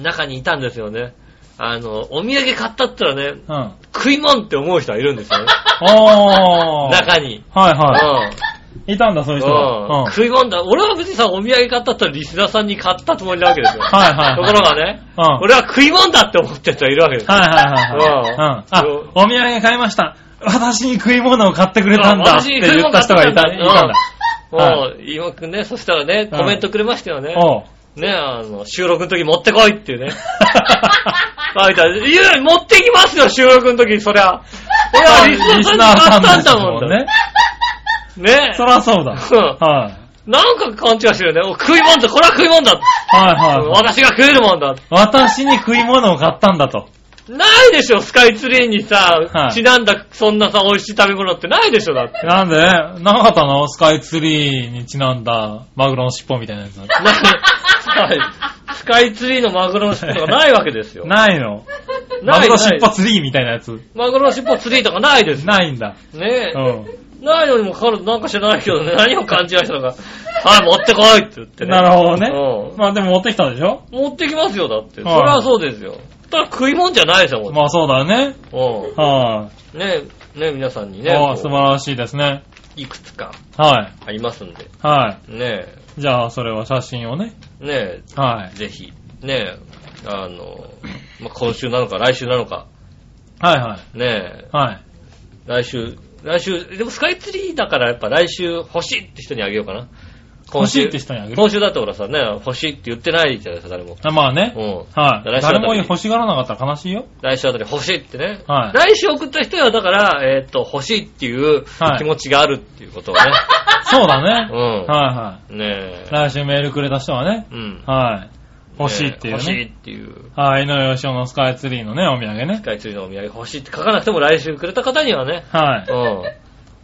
中にいたんですよね。お土産買ったって言ったらね、食い物って思う人はいるんですよね。中に。 はいはい。いたんだ、そういう人が。 食い物だ。俺は別にさ、お土産買ったってリスナーさんに買ったつもりなわけですよ。 はいはい。 ところがね、俺は食い物だって思ってる人がいるわけですよ。 はいはいはい。お土産買いました。私に食い物を買ってくれたんだって言った人がいたんだ。 もう、今くんね、そしたらね、コメントくれましたよね。ね、収録の時持ってこいっていうね。書いてある。いや、持ってきますよ、収録の時、そりゃ。いや、リスナーさんに買ったんだもんね。ね。 そらそうだ。はい。 なんか勘違いしてるよね。食い物だ、これは食い物だ。 はいはい。 私が食えるもんだ。 私に食い物を買ったんだと。 ないでしょ、スカイツリーにさ、ちなんだ、そんなさ、美味しい食べ物ってないでしょ、だって。 なんでなかったの？スカイツリーにちなんだ、マグロの尻尾みたいなやつ。 スカイツリーのマグロの尻尾とかないわけですよ。 ないの？マグロ尻尾ツリーみたいなやつ。 マグロの尻尾ツリーとかないです。 ないんだ。 ねえ。ないのにもかかるとなんか知らないけどね、何を勘違いしたのか。はい、持ってこいって言ってね。 なるほどね。まあでも持ってきたでしょ？ 持ってきますよ、だって。それはそうですよ。ただ食い物じゃないですよ、 まあそうだよね。 はい。ねえ、皆さんにね。 素晴らしいですね。 いくつか。 はい。 ありますんで。 はい。 ねえ。 じゃあ、それは写真をね。 ねえ。 はい。 ぜひ。ねえ。今週なのか来週なのか。 はいはい。 ねえ。 はい。 来週、でもスカイツリーだからやっぱ来週欲しいって人にあげようかな。 欲しいって人にあげる。 今週だってほらさ、ね、欲しいって言ってないじゃないですか、誰も。 まあね。はい。誰も欲しがらなかったら悲しいよ。 来週あたり欲しいってね。 はい。 来週送った人はだから、欲しいっていう気持ちがあるっていうことをね。 そうだね。 はいはい。 ねえ。 来週メールくれた人はね。はい。欲しいっていうね。 欲しいっていう。 はい。井上義雄のスカイツリーのね、お土産ね。 スカイツリーのお土産欲しいって書かなくても来週くれた方にはね。 はい。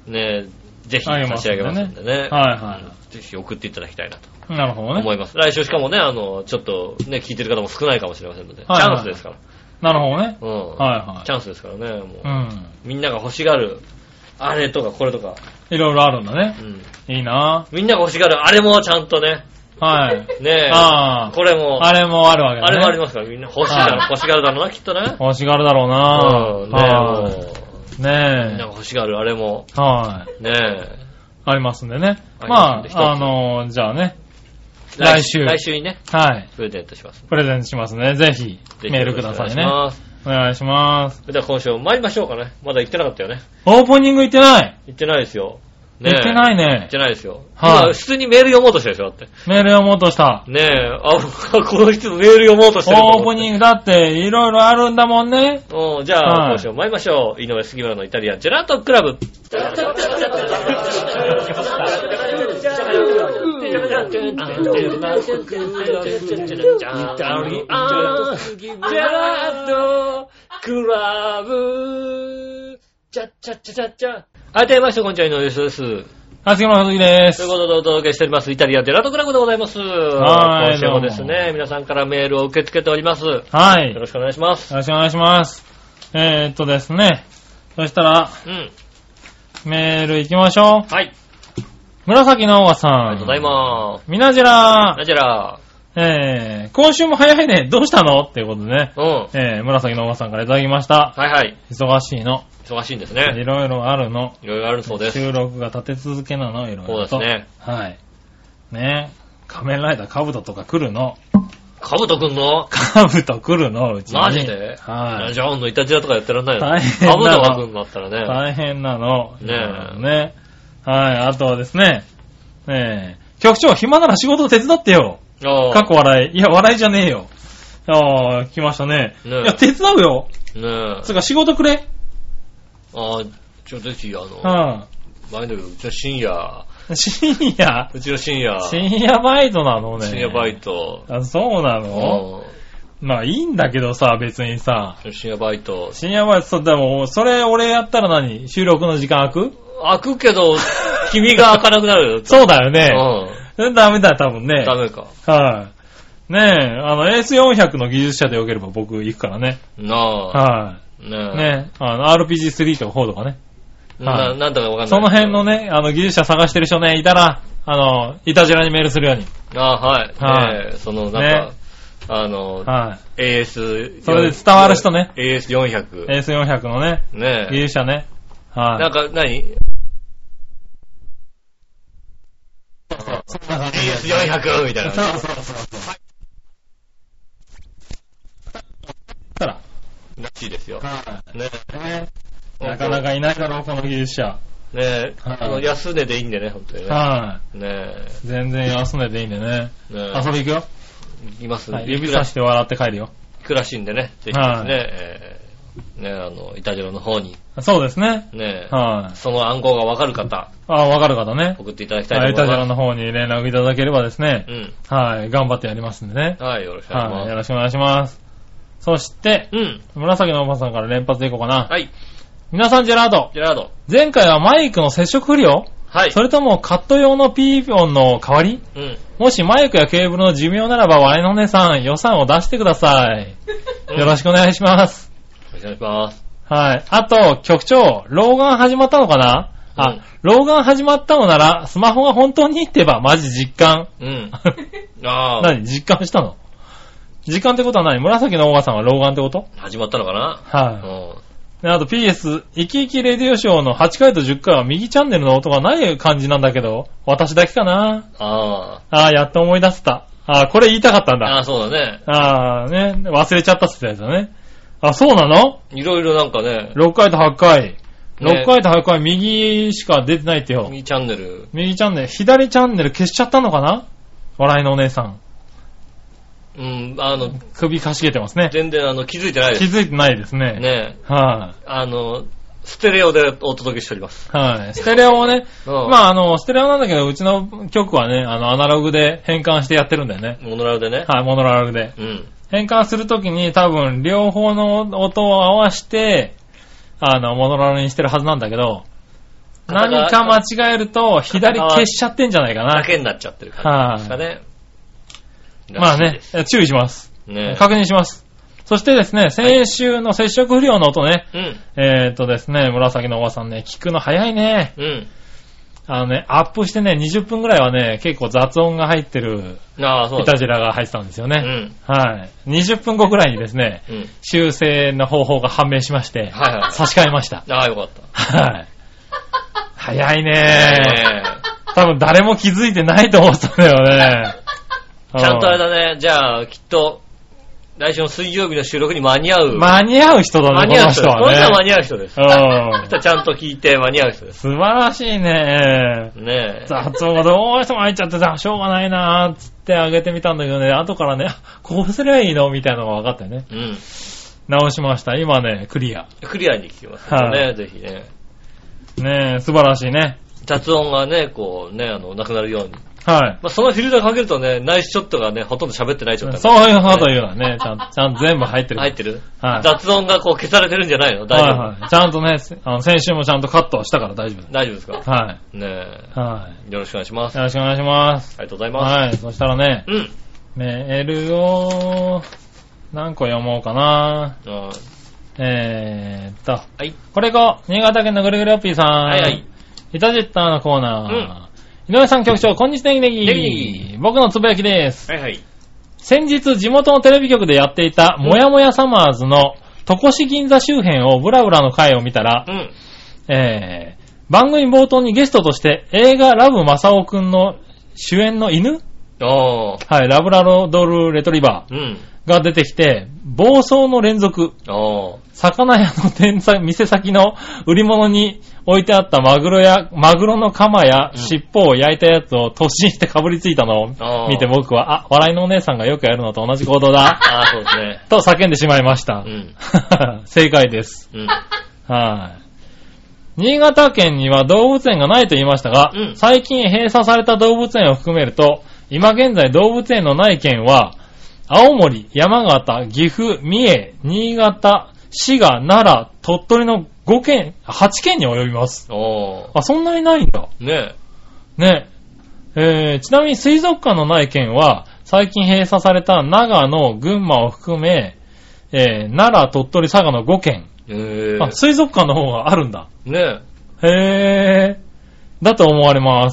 ねえ、ぜひ差し上げますんでね。 はいはい。 ぜひ送っていただきたいなと。 なるほどね。 思います。来週しかもね、ちょっとね、聞いてる方も少ないかもしれませんので。チャンスですから。 なるほどね。 はいはい。チャンスですからね、もう。みんなが欲しがる、あれとかこれとか。 いろいろあるんだね。いいなみんなが欲しがる、あれもちゃんとね。 はい。 ねえ。これも。 あれもあるわけだね。 あれもありますから、みんな欲しがるだろうな、きっとね。 欲しがるだろうなねえ。 みんなが欲しがる、あれも。 はい。 ねえ。 ありますんでね。まあ、じゃあね。来週にね。はい。 プレゼントします。 プレゼントしますね。ぜひ、メールくださいね。お願いします。 それでは今週参りましょうかね。まだ行ってなかったよね。 オープニング行ってない。 行ってないですよ。 ね言ってないね。 言ってないですよ。はい。今、普通にメール読もうとしてるでしょ、だって。 メール読もうとした。 ねえ、この人メール読もうとしてる。 オープニングだって、いろいろあるんだもんね。 じゃあ、今週も参りましょう。井上杉村のイタリアンジェラートクラブ。はい、どうもこんにちは、井上です。 はい、杉村和樹です。 ということでお届けしております、イタリアンジェラートクラブでございます。はい。今週もですね、皆さんからメールを受け付けております。 はい。 よろしくお願いします。 よろしくお願いします。ですね、そしたら、メール行きましょう。 はい。 紫のオガさん。 ありがとうございます。 みなじら。 みなじら。 今週も早いね。どうしたのっていうことでね。紫のオガさんからいただきました。 はいはい。 忙しいの。 忙しいんですね。 いろいろあるの。 いろいろあるそうです。 収録が立て続けなの、いろいろと。 そうですね。 はい。ね。仮面ライダーカブトとか来るの。 カブト来んの？ カブト来るの、うちに。 マジで？ はい。 じゃあ、イタジラとかやってらんないの？ 大変なの。 カブトが来るんだったらね。 大変なの。 ねえ。 ね。はい。あとはですね。局長、暇なら仕事を手伝ってよ。かっこ笑い。いや、笑いじゃねえよ。来ましたね。いや、手伝うよ。 ねえ。 つうか、仕事くれ。 ぜひ、前のうちの深夜。 深夜？ うちの深夜。 深夜バイトなのね。 深夜バイト。 そうなの？まあいいんだけどさ、別にさ。 深夜バイト。 深夜バイト、でも、それ俺やったら何？収録の時間空く？ 開くけど、君が開かなくなるよ。 そうだよね。ダメだよ、多分ね。 ダメか。 はい。ねえ、AS400 の技術者でよければ僕行くからね。はい。ねえ、RPG3 とか4とかね。 なんだかわかんない。 その辺のね、技術者探してる人ね、いたら、イタジラにメールするように。 はい。はい。なんか、AS。 それで伝わる人ね。 AS400。 AS400 のね。 ね技術者ね。はい。 なんか、AS400 みたいな。そう。 たら。 らしいですよ。ね。 なかなかいないだろう、この技術者。 ね安値でいいんでね、本当にね。 はい。 ね全然安値でいいんでね。遊び行くよ。 行きますね。指さして笑って帰るよ。 行くらしいんでね。ぜひですね、イタジラの方に。 そうですね。 はい。その暗号がわかる方。 わかる方ね。 送っていただきたいと思います。 イタジラの方に連絡いただければですね。はい。頑張ってやりますんでね。 はい、よろしくお願いします。 よろしくお願いします。そして、紫のおばさんから連発でいこうかな。 はい。 皆さん、ジェラード。前回はマイクの接触不良？はい。それともカット用のピー音の代わり？もしマイクやケーブルの寿命ならば、我のお姉さん、予算を出してください。よろしくお願いします。 よろしくお願いします。 はい。あと、局長、老眼始まったのかな？老眼始まったのなら、スマホが本当にいいってば、マジ実感。何？実感したの？時間ってことは何？紫のオーガさんは老眼ってこと？ 始まったのかな？ はい。あと PS、生き生きレディオショーの8回と10回は右チャンネルの音がない感じなんだけど、私だけかな？やっと思い出せた。これ言いたかったんだ。 そうだね。 ね、忘れちゃったってやつだね。そうなの？ いろいろなんかね。 6回と8回。6回と8回右しか出てないってよ。 右チャンネル。 右チャンネル。左チャンネル消しちゃったのかな？笑いのお姉さん。首かしげてますね。 全然気づいてないです。 気づいてないですね。 ねえ。はい。 ステレオでお届けしております。 はい。ステレオをね、ステレオなんだけど、うちの局はね、アナログで変換してやってるんだよね。 モノラルでね。 はい、モノラルで。変換するときに多分、両方の音を合わせて、モノラルにしてるはずなんだけど、何か間違えると、左消しちゃってんじゃないかな。 だけになっちゃってる感じですかね。 まあね、注意します。確認します。そしてですね、先週の接触不良の音ね。ですね、紫のおばさんね、聞くの早いね。アップしてね、20分くらいはね、結構雑音が入ってる、イタジラが入ってたんですよね。はい。20分後くらいにですね、修正の方法が判明しまして、差し替えました。 よかった。 はい。早いね。多分誰も気づいてないと思ったんだよね。 ちゃんとあれだね。じゃあ、きっと、 来週の水曜日の収録に間に合う。 間に合う人だね、 間に合う人はね。この人は間に合う人です。 ちゃんと聞いて間に合う人です。 素晴らしいね。 ねえ。 雑音がどうしても入っちゃってさ、しょうがないなーっつってあげてみたんだけどね、後からね、こうすればいいのみたいなのが分かってね。直しました。今ね、クリア。 クリアに聞きますよね、ぜひね。 ねえ、素晴らしいね。 雑音がね、こうね、なくなるように。 はい。 まあ、そのフィルターかけるとね、ナイスショットがね、ほとんど喋ってない状態、ね。 そういうこと言うわね。ちゃんと全部入ってる。 入ってる？ はい。 雑音がこう消されてるんじゃないの？大丈夫？ はいはい。ちゃんとね、先週もちゃんとカットしたから大丈夫。 大丈夫ですか？ はい。 ねえ。 はい。 よろしくお願いします。 よろしくお願いします。 ありがとうございます。 はい。そしたらね、メールを、何個読もうかな。はい。これが、新潟県のぐるぐるおっぴーさん。はいはい。イタジェッターのコーナー。井上さん局長、こんにちは、ネギ。僕のつぶやきです。はいはい。先日、地元のテレビ局でやっていた、もやもやサマーズの、戸越銀座周辺をブラブラの回を見たら、番組冒頭にゲストとして、映画ラブマサオくんの主演の犬はい、ラブラドルレトリバーが出てきて、暴走の連続。魚屋の店先の売り物に置いてあったマグロのカマや尻尾を焼いたやつを突進してかぶりついたのを見て僕は、笑いのお姉さんがよくやるのと同じ行動だ。 そうですね。 と叫んでしまいました。正解です。はい。新潟県には動物園がないと言いましたが、最近閉鎖された動物園を含めると、今現在動物園のない県は、青森、山形、岐阜、三重、新潟、滋賀、奈良、鳥取の8県に及びます。そんなにないんだ。 ねえ。ちなみに水族館のない県は、最近閉鎖された長野、群馬を含め、奈良、鳥取、佐賀の5県。水族館の方があるんだ。 ねえ。だと思われます。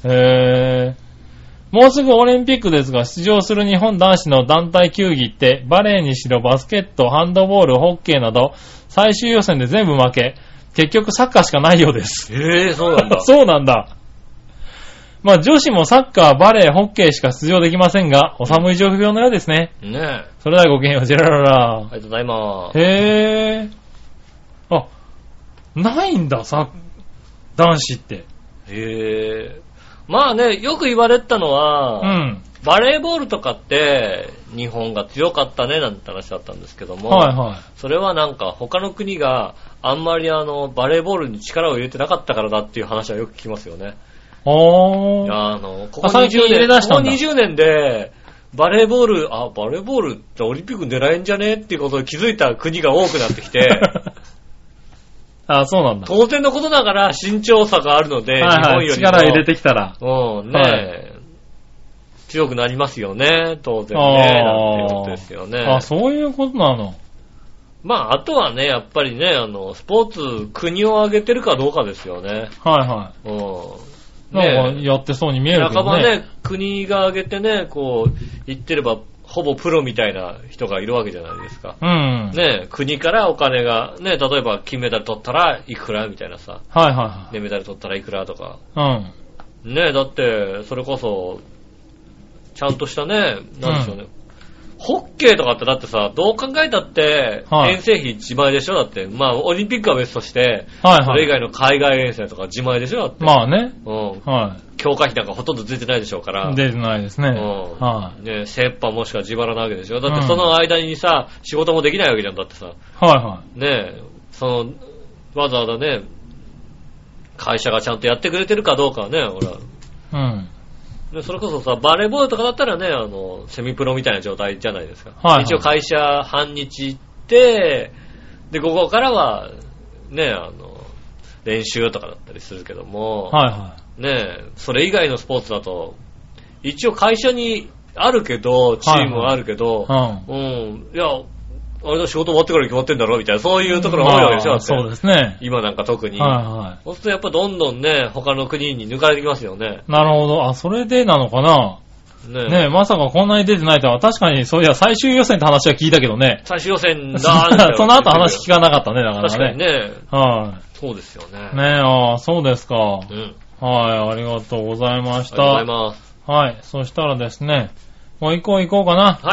もうすぐオリンピックですが、出場する日本男子の団体球技って、バレーにしろバスケット、ハンドボール、ホッケーなど、最終予選で全部負け、結局サッカーしかないようです。 そうなんだ。 そうなんだ。まあ女子もサッカー、バレー、ホッケーしか出場できませんが、お寒い状況のようですね。それではごきげんよう、ジェラララ。 ありがとうございます。 ないんだ、男子って。 まあね、よく言われたのは、バレーボールとかって日本が強かったねなんて話だったんですけども、それはなんか他の国があんまりバレーボールに力を入れてなかったからだっていう話はよく聞きますよね。ここ20年でバレーボールってオリンピック狙えんじゃねっていうことを気づいた国が多くなってきてそうなんだ。 当然のことながら慎重さがあるので、日本よりも力入れてきたら。 強くなりますよね、当然ね。なんてことですよね。 そういうことなの。 まあ、あとはね、やっぱりね、スポーツ、国を挙げてるかどうかですよね。 なんかやってそうに見えるけどね。 半ばね、国が挙げてね、こう、言ってれば、ほぼプロみたいな人がいるわけじゃないですか。ね、国からお金が、ね、例えば金メダル取ったらいくらみたいなさ。ね、メダル取ったらいくらとか。ね、だって、それこそ、ちゃんとしたね、なんでしょうね。ホッケーとかってだってさ、どう考えたって、遠征費自前でしょだって。まあ、オリンピックは別として、それ以外の海外遠征とか自前でしょだって。 まあね。 強化費なんかほとんど出てないでしょうから。 出てないですね。 ね、折半もしくは自腹なわけでしょだってその間にさ、仕事もできないわけじゃんだってさ。ね、わざわざね、会社がちゃんとやってくれてるかどうかはね、ほら。それこそさ、バレーボールとかだったらね、セミプロみたいな状態じゃないですか。一応会社半日行って、で、午後からは、ね、練習とかだったりするけども、ね、それ以外のスポーツだと、一応会社にあるけど、チームはあるけど、いや、あれだ仕事終わってから決まってんだろみたいな、そういうところが多いわけでしょ、 そうですね。 今なんか特に。そうするとやっぱどんどんね、他の国に抜かれてきますよね。 なるほど。それでなのかな。ねえ、まさかこんなに出てないとは、確かにそういや最終予選って話は聞いたけどね。 最終予選だーその後話聞かなかったね、だからね。 確かにね。そうですよね。 ねえ、そうですか。ありがとうございました。 ありがとうございます。 そしたらですね、もう行こうかな。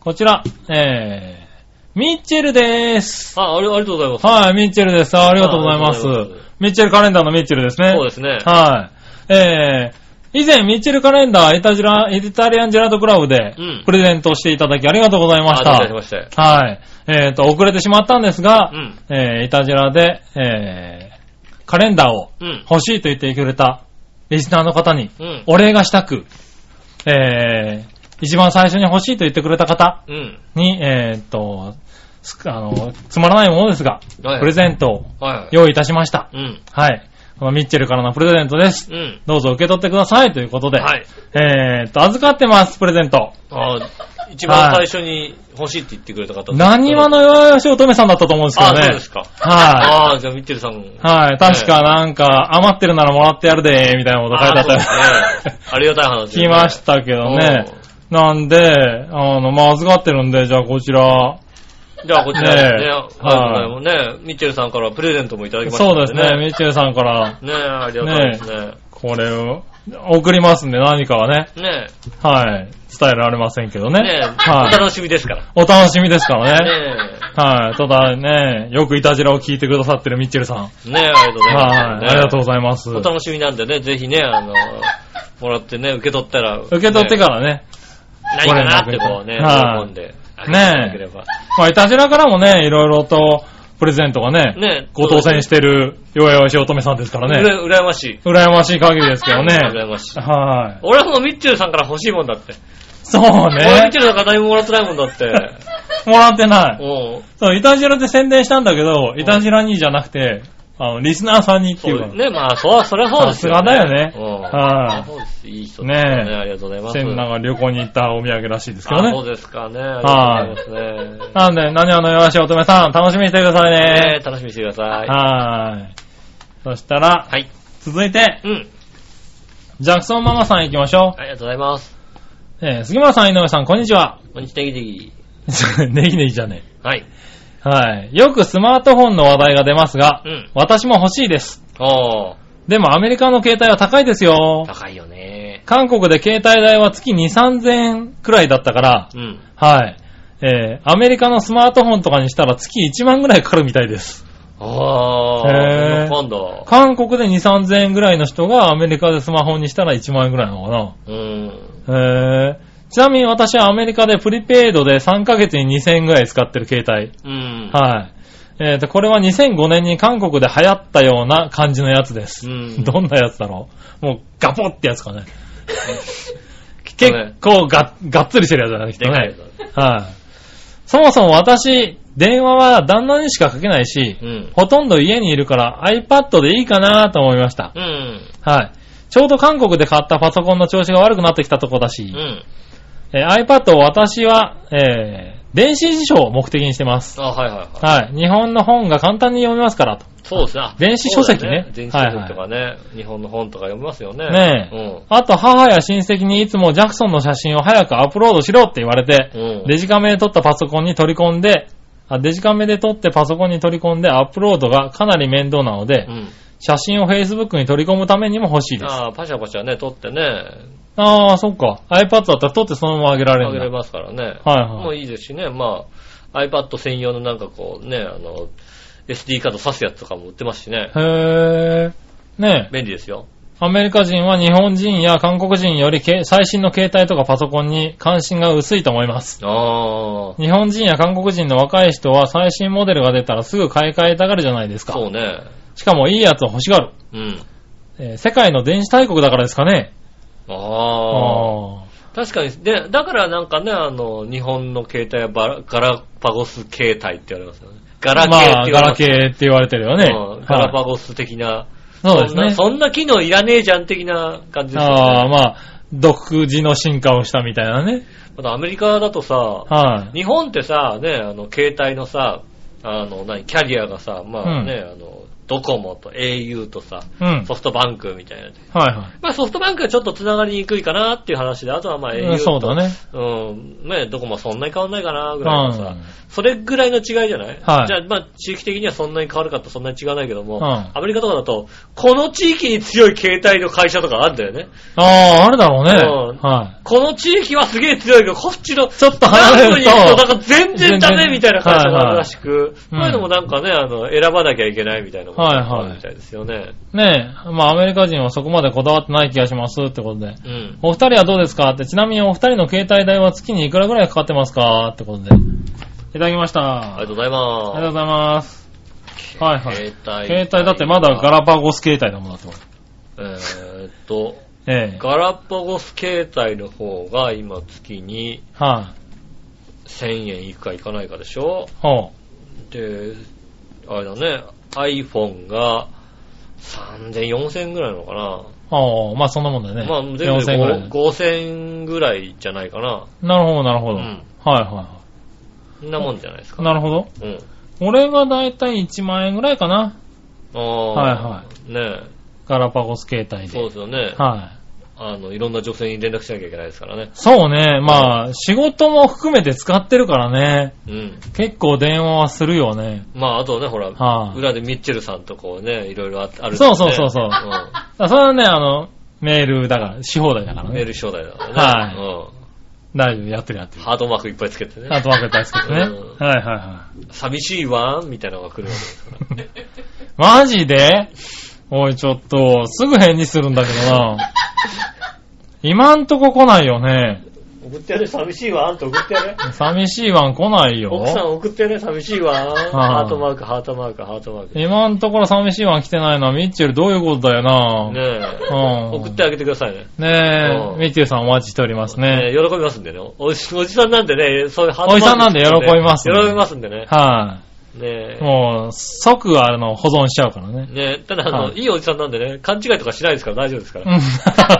こちら、ミッチェルでーす。 ありがとうございます。 はい、ミッチェルです。ありがとうございます。ミッチェルカレンダーのミッチェルですね。 そうですね。 はい。以前、ミッチェルカレンダーイタリアンジェラートクラブで、プレゼントしていただきありがとうございました。 ありがとうございました。 はい。遅れてしまったんですが、イタジェラで、カレンダーを欲しいと言ってくれたリスナーの方に、お礼がしたく、一番最初に欲しいと言ってくれた方に、つまらないものですが、プレゼントを用意いたしました。はい。このミッチェルからのプレゼントです。どうぞ受け取ってくださいということで、預かってます、プレゼント。 一番最初に欲しいって言ってくれた方。 何話の弱々し乙女さんだったと思うんですけどね。 そうですか。はい。じゃあミッチェルさん。 はい。確かなんか、余ってるならもらってやるで、みたいなこと書いてあったよ。 ありがたい話。 来ましたけどね。なんで、預かってるんで、じゃあこちら。 じゃあこちらね、ミッチェルさんからプレゼントもいただきましたね。 そうですね、ミッチェルさんから。 ねありがたいですね。 これを送りますんで、何かはね。はい。伝えられませんけどね。 はい。お楽しみですから。 お楽しみですからね。はい。ただね、よくイタジラを聞いてくださってるミッチェルさん。 ありがとうございます。 はい。ありがとうございます。 お楽しみなんでね、ぜひね、もらってね、受け取ったら。 受け取ってからね。 何かなってこうね、喜んで。 ねえ。まあ、イタジラからもね、いろいろと、プレゼントがね、ご当選してる、弱々しい乙女さんですからね。 羨ましい。 羨ましい限りですけどね。 羨ましい。 はい。 俺はもうミッチェルさんから欲しいもんだって。 そうね。 俺ミッチェルさんから何ももらってないもんだって。 もらってない。そう、イタジラで宣伝したんだけど、イタジラにじゃなくて、リスナーさんにっていうか。 ね、まあ、それはそうですよ。 さすがだよね。 はい。そうです。いい人ですね。ありがとうございます。 なんか旅行に行ったお土産らしいですけどね。 そうですかね。はい。 なんで、何話の弱し乙女さん、楽しみにしてくださいね。 楽しみにしてください。 はい。そしたら、 はい。 続いて、ジャクソンママさん行きましょう。 ありがとうございます。 杉村さん、井上さん、こんにちは。 こんにちは、ネギネギ。 ネギネギじゃねえ。はい。 はい。よくスマートフォンの話題が出ますが、私も欲しいです。でもアメリカの携帯は高いですよ。 高いよね。 韓国で携帯代は月2、3000円くらいだったから、はい。アメリカのスマートフォンとかにしたら月1万ぐらいかかるみたいです。韓国で2、3000円ぐらいの人がアメリカでスマホにしたら1万円ぐらいなのかな。ちなみに私はアメリカでプリペイドで3ヶ月に2000円ぐらい使ってる携帯。はい。これは2005年に韓国で流行ったような感じのやつです。どんなやつだろう。もうガポってやつかね。結構がっつりしてるやつだね、きっとね。はい。そもそも私、電話は旦那にしかかけないし、ほとんど家にいるから iPad でいいかなと思いました。はい。ちょうど韓国で買ったパソコンの調子が悪くなってきたとこだし、iPad を私は、電子辞書を目的にしてます。はい。日本の本が簡単に読めますからと。 そうですね。 電子書籍ね。 電子書籍とかね、日本の本とか読みますよね。 ねえ。あと母や親戚にいつもジャクソンの写真を早くアップロードしろって言われて、デジカメで撮ったパソコンに取り込んで、デジカメで撮ってパソコンに取り込んでアップロードがかなり面倒なので、写真を Facebook に取り込むためにも欲しいです。 パシャパシャね、撮ってね。 そっか。iPad だったら撮ってそのまま上げられるんだ。 上げれますからね。 はい。 もういいですしね。まあ、iPad 専用のなんかこうね、SD カード挿すやつとかも売ってますしね。ねえ。便利ですよ。 アメリカ人は日本人や韓国人より最新の携帯とかパソコンに関心が薄いと思います。日本人や韓国人の若い人は最新モデルが出たらすぐ買い替えたがるじゃないですか。 そうね。 しかもいいやつを欲しがる。世界の電子大国だからですかね。 確かに。で、だからなんかね、日本の携帯はガラパゴス携帯って言われますよね。ガラケーって言われてるよね。 ガラパゴス的な。 そうですね。 そんな機能いらねえじゃん的な感じですよね。 まあ、独自の進化をしたみたいなね。 またアメリカだとさ、日本ってさ、ね、携帯のさ、キャリアがさ、まあね、 ドコモと au とさ、ソフトバンクみたいな。 はいはい。 まあソフトバンクはちょっと繋がりにくいかなっていう話で、あとはまあ au と、 そうだね。 ね、ドコモはそんなに変わんないかなぐらいのさ、それぐらいの違いじゃない？はい。じゃあまあ地域的にはそんなに変わるかとそんなに違わないけども、アメリカとかだと、この地域に強い携帯の会社とかあるんだよね。 あるだろうね。はい。 この地域はすげえ強いけど、こっちの、 ちょっと離れると、 なんか全然ダメみたいな会社があるらしく、そういうのもなんかね、選ばなきゃいけないみたいなのがあるみたいですよね。 ねえ、まあアメリカ人はそこまでこだわってない気がしますってことで。お二人はどうですかって、ちなみにお二人の携帯代は月にいくらぐらいかかってますかってことで。いただきました。 ありがとうございます。 ありがとうございます。はいはい。携帯だってまだガラパゴス携帯だもんだって。 ガラパゴス携帯の方が今月に、1000円いくかいかないかでしょ。で、あれだね、iPhone が3000、4000ぐらいなのかな。 まあそんなもんだよね。 まあ全部で5000ぐらいじゃないかな。 なるほど、なるほど。はいはい。 そんなもんじゃないですか。 なるほど。俺がだいたい1万円ぐらいかな。はいはい。ねえ。ガラパゴス携帯で。 そうですよね。はい。いろんな女性に連絡しなきゃいけないですからね。 そうね。まあ、仕事も含めて使ってるからね。結構電話はするよね。 まあ、あとね、ほら、裏でミッチェルさんとこうね、いろいろある、ね。 そう。それはね、メールだから、し放題だからね。 メールし放題だからね。 はい。大丈夫、やってる。 ハートマークいっぱいつけてね。 ハートマークいっぱいつけてね。はい。 寂しいわみたいなのが来るわけですから。 マジで？おい、ちょっと、すぐ返事するんだけどな。今んとこ来ないよね。 送ってやれ、寂しいわんと送ってやれ。 寂しいわん来ないよ。 奥さん送ってやれ、寂しいわん。ハートマーク。 今んところ寂しいわん来てないのはミッチェルどういうことだよな。 ねえ。送ってあげてくださいね。 ねえ。ミッチェルさんお待ちしておりますね。 喜びますんでね。おじさんなんでね、そういうハートマーク。 おじさんなんで喜びますね。喜びますんでね。 はい。ねえ。もう、即保存しちゃうからね。 ねえ。ただいいおじさんなんでね、勘違いとかしないですから大丈夫ですから。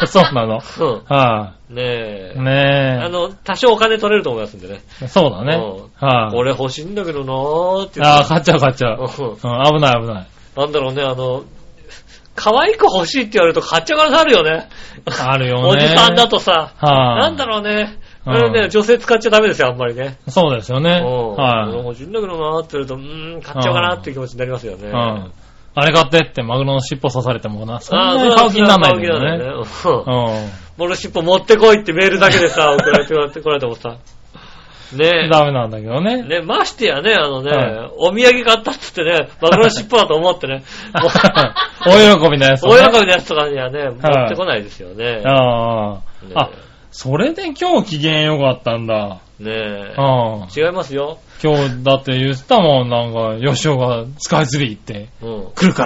そうなの。 はい。ねえ。ねえ。多少お金取れると思いますんでね。 そうだね。 はい。これ欲しいんだけどなーって。 買っちゃう。危ない。 なんだろうね、可愛く欲しいって言われると買っちゃう可能性あるよね。 あるよね。 おじさんだとさ、なんだろうね。ね、女性使っちゃダメですよ、あんまりね。 そうですよね。 はい。欲しいんだけどなーって言われると、買っちゃうかなっていう気持ちになりますよね。 あれ買ってってマグロの尻尾刺されてもな、そんなに買う気にならないんだよね。 マグロ尻尾持ってこいってメールだけでさ、送られてこられてもさ。ねえ。 ダメなんだけどね。 ね、ましてやね、お土産買ったっつってね、マグロの尻尾だと思ってね。 お喜びのやつ。 お喜びのやつとかにはね、持ってこないですよね。 それで今日機嫌良かったんだ。 ねえ。違いますよ。 今日だって言ったもん、なんか、吉尾がスカイツリー行って、来るから。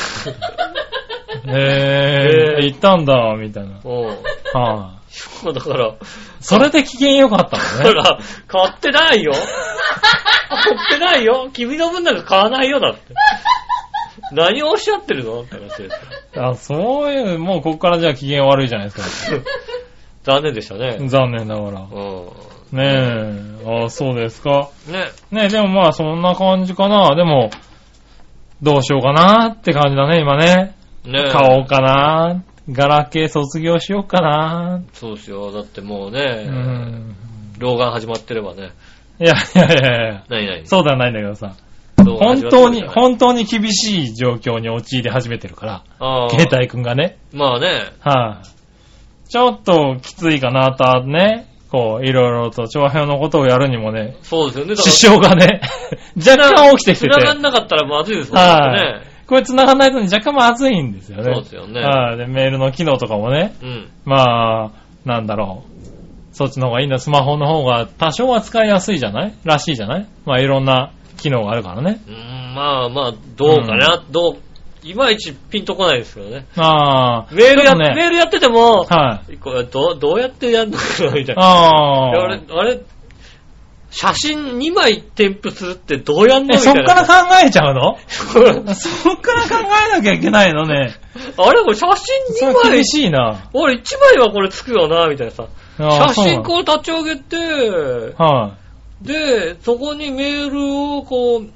行ったんだ、みたいな。そうだから。それで機嫌良かったのね。 ほら、買ってないよ。買ってないよ。君の分なんか買わないよ、だって。何をおっしゃってるのって話です。 そういう、もうここからじゃあ機嫌悪いじゃないですか。 残念でしたね。 残念だから。ねえ。そうですか。ねえ、でもまあそんな感じかな。でも、どうしようかなって感じだね、今ね。買おうかな。ガラケー卒業しようかな。 そうですよ。だってもうね、老眼始まってればね。 いや。何そうではないんだけどさ。本当に厳しい状況に陥り始めてるから。携帯くんがね。 まあね。 ちょっときついかなとね。こう、いろいろと長編のことをやるにもね。 そうですよね。 支障がね、若干起きてきてて。 繋がんなかったらまずいですもんね。 これ繋がんないと若干まずいんですよね。 そうですよね。 で、メールの機能とかもね。まあ、なんだろう。そっちの方がいいんだ。スマホの方が多少は使いやすいじゃないらしいじゃないまあ、いろんな機能があるからね。 まあ、どうかな。いまいちピンとこないですけどね。メールやってても、どうやってやるのかなみたいな。あれ、写真2枚添付するってどうやんのみたいな。 そっから考えちゃうのそっから考えなきゃいけないのね。 あれこれ写真2枚。 厳しいな。 俺1枚はこれつくよな、みたいなさ。写真こう立ち上げて、で、そこにメールをこう、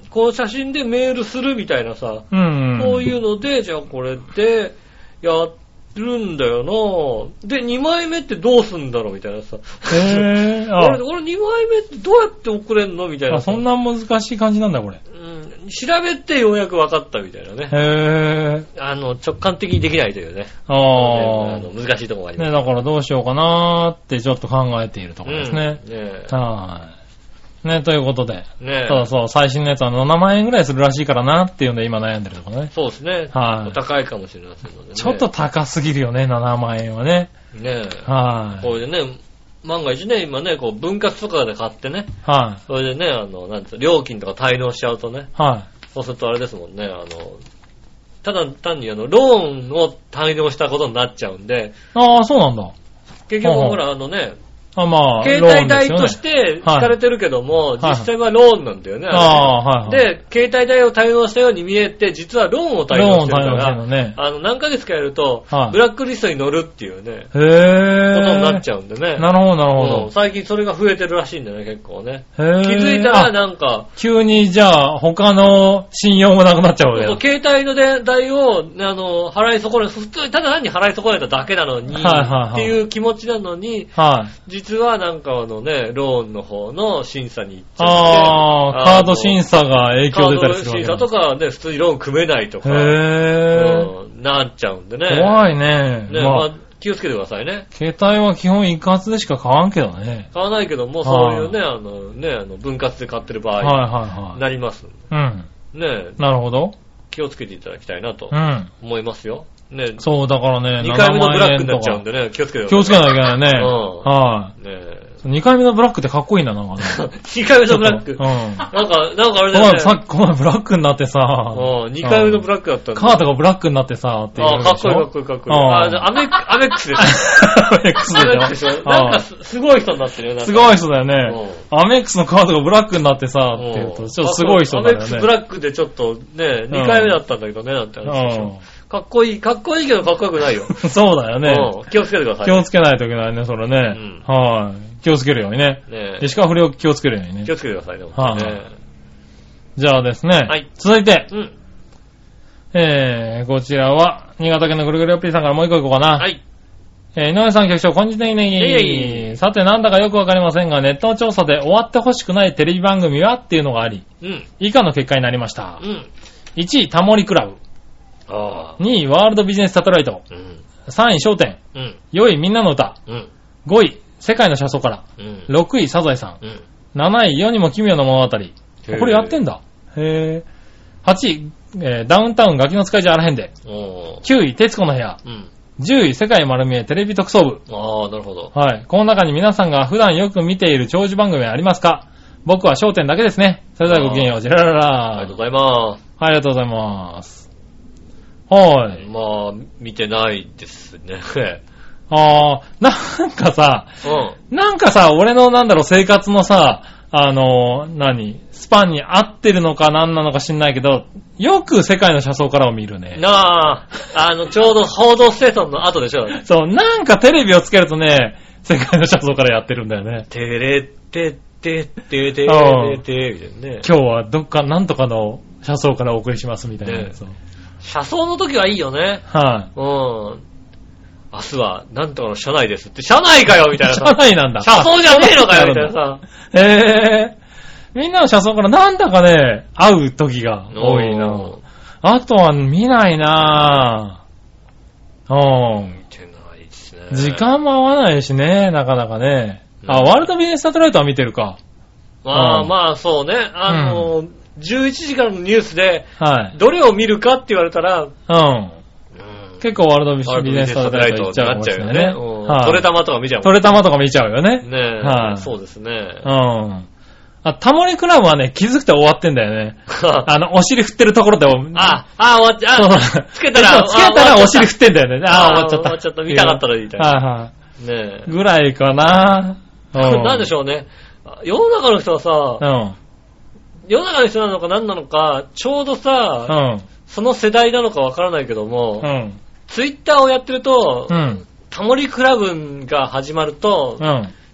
この写真でメールするみたいなさ、こういうので、じゃあこれでやるんだよな。で、2枚目ってどうすんだろうみたいなさ。俺2枚目ってどうやって送れんのみたいな。 そんな難しい感じなんだ、これ。 調べてようやく分かったみたいなね。直感的にできないというね。難しいところがあります。 ね、だからどうしようかなーってちょっと考えているところですね。ね、ということで。ね、そう、最新のやつは7万円ぐらいするらしいからなっていうんで今悩んでるところね。 そうですね。高いかもしれませんのでね。 ちょっと高すぎるよね、7万円はね。 ねこれでね、万が一ね、今ね、こう、分割とかで買ってね。それでね、なんつう、料金とか滞納しちゃうとね。そうするとあれですもんね、ただ単にローンを滞納したことになっちゃうんで。 そうなんだ。 結局ほら、携帯代として引かれてるけども、実際はローンなんだよね。で、携帯代を滞納したように見えて、実はローンを滞納してるから、何ヶ月かやると、ブラックリストに乗るっていうね、ことになっちゃうんでね。 なるほど、なるほど。 最近それが増えてるらしいんだよね、結構ね。気づいたらなんか、 急にじゃあ、他の信用もなくなっちゃうわけよ。 携帯の代を、払い損ね、普通にただ単に払い損ねただけなのに、っていう気持ちなのに、実はなんかローンの方の審査に行っちゃって。 カード審査が影響出たりするわけ。 審査とかね、普通にローン組めないとか、なっちゃうんでね。 怖いね。 気をつけてくださいね。 携帯は基本一括でしか買わんけどね。 買わないけども、そういうね、分割で買ってる場合になります。ね。 なるほど。 気をつけていただきたいなと思いますよ。ね。 そう、だからね、 2回目のブラックになっちゃうんでね、気をつけてください。 気をつけなきゃいけないね。2回目のブラックってかっこいいな、なんかね。 2回目のブラック。なんかあれだよね。 この前ブラックになってさ。 2回目のブラックだったんだ。 カードがブラックになってさ、っていう。 かっこいい。アメックスですアメックスでしょ。 なんかすごい人になってるよね。 すごい人だよね。アメックスのカードがブラックになってさ、っていうと、ちょっとすごい人だよね。 アメックスブラックでちょっとね、2回目だったんだけどね、なんて話。かっこいいけどかっこよくないよ。 そうだよね。 気をつけてください。 気をつけないといけないね、それね。気をつけるようにね。石川不良気をつけるようにね。 気をつけてくださいね。 じゃあですね。続いて。こちらは、新潟県のぐるぐるよっぴーさんからもう一個いこうかな。井上さん局長、こんにちは。さて、なんだかよくわかりませんが、ネットの調査で終わってほしくないテレビ番組はっていうのがあり、以下の結果になりました。1位、タモリクラブ。2位、ワールドビジネスサテライト。3位、笑点。4位、みんなの歌。5位、世界の車窓から。6位、サザエさん。7位、世にも奇妙な物語。これやってんだ。8位、ダウンタウンガキの使いじゃあらへんで。9位、徹子の部屋。10位、世界丸見えテレビ特捜部。 なるほど。 この中に皆さんが普段よく見ている長寿番組はありますか？僕は笑点だけですね。それではごきげんよう。ジェラララ。 ありがとうございます。 ありがとうございます。 見てないですね。 なんかさ、俺の生活のさ、スパンに合ってるのか何なのか知んないけど、よく世界の車窓からを見るね。 ちょうど報道ステーションの後でしょ。 そう、なんかテレビをつけるとね、世界の車窓からやってるんだよね。 テレテってっててーてみたいなね。 今日はどっかなんとかの車窓からお送りしますみたいなやつを。 車窓の時はいいよね。 はい。 明日はなんとかの車内ですって。車内かよみたいなさ。 車内なんだ。 車窓じゃねえのかよみたいなさ。 みんなの車窓からなんだかね、会う時が多いな。あとは見ないなぁ。 見てないですね。 時間も合わないしね、なかなかね。ワールドビジネスサテライトは見てるか。 まあそうね。11時からのニュースで、どれを見るかって言われたら、結構ワールドビジネスサテライトになっちゃうよね。トレタマとか見ちゃう。 トレタマとか見ちゃうよね。 そうですね。 タモリクラブはね、気づくと終わってんだよね。お尻振ってるところで終わっちゃう。つけたらお尻振ってんだよね。終わっちゃった。 終わっちゃった。見たかったらいいみたいな。 ねぐらいかな。 なんでしょうね。世の中の人はさ、世の中の人なのか何なのか、ちょうどさ、その世代なのかわからないけども、ツイッターをやってると、タモリクラブが始まると、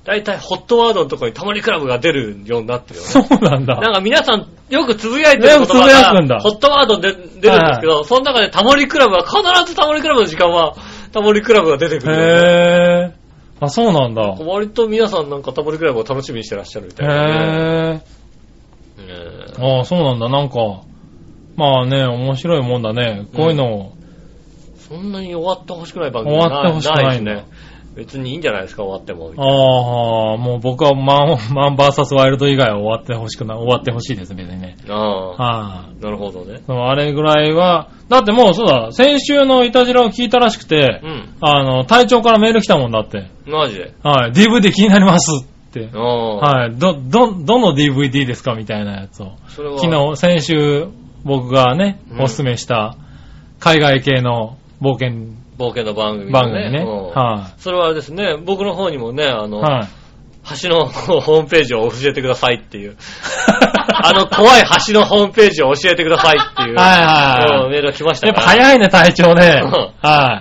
だいたいホットワードのところにタモリクラブが出るようになってるよね。 そうなんだ。 なんか皆さんよくつぶやいてる言葉がホットワードで出るんですけど、はいはい、その中でタモリクラブは必ずタモリクラブの時間はタモリクラブが出てくる、 ね。へー。あ、そうなんだ。 割と皆さんなんかタモリクラブを楽しみにしてらっしゃるみたいな、ね。 へー。ああ、そうなんだ。なんか、まあね、面白いもんだね。こういうのを。 そんなに終わってほしくない番組終わってほしくないんだ。 ね。別にいいんじゃないですか、終わっても。 ああ、もう僕はマンバーサスワイルド以外は終わってほしくない。終わってほしいです、別にね。 ああ。なるほどね。 あれぐらいは、だってもうそうだ、先週のイタジラを聞いたらしくて、隊長からメール来たもんだって。 マジで？ はい、DVD 気になりますって。 はい、どの DVD ですかみたいなやつを。先週僕がね、おすすめした海外系の冒険の番組ね。はい。 それはあれですね、僕の方にもね、橋のホームページを教えてくださいっていう。怖い橋のホームページを教えてくださいっていう。はい。メールが来ましたから。 やっぱ早いね、隊長ね。はい。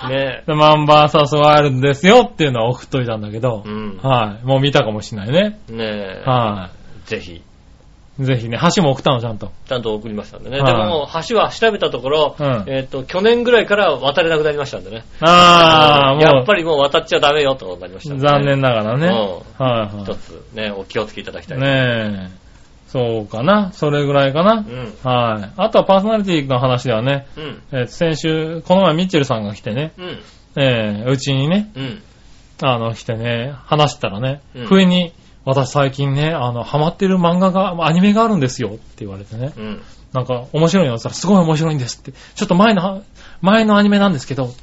ねマンバーサスワイルドですよっていうのは送っといたんだけど。はい。もう見たかもしれないね。 ねはい。 ぜひ。 ぜひね、橋も送ったの、ちゃんと。 ちゃんと送りましたんでね。でも、橋は調べたところ、去年ぐらいから渡れなくなりましたんでね。もう。やっぱりもう渡っちゃダメよとなりましたんで、ね。 残念ながらね。 はい。一つね、お気をつけいただきたい。 ねえ。そうかな。それぐらいかな。はい。あとはパーソナリティの話ではね、先週、この前ミッチェルさんが来てね、うちにね、来てね、話したらね、不意に、私最近ね、ハマってる漫画が、アニメがあるんですよって言われてね。なんか、面白いのって言ったら、すごい面白いんですって。ちょっと前のアニメなんですけど、って。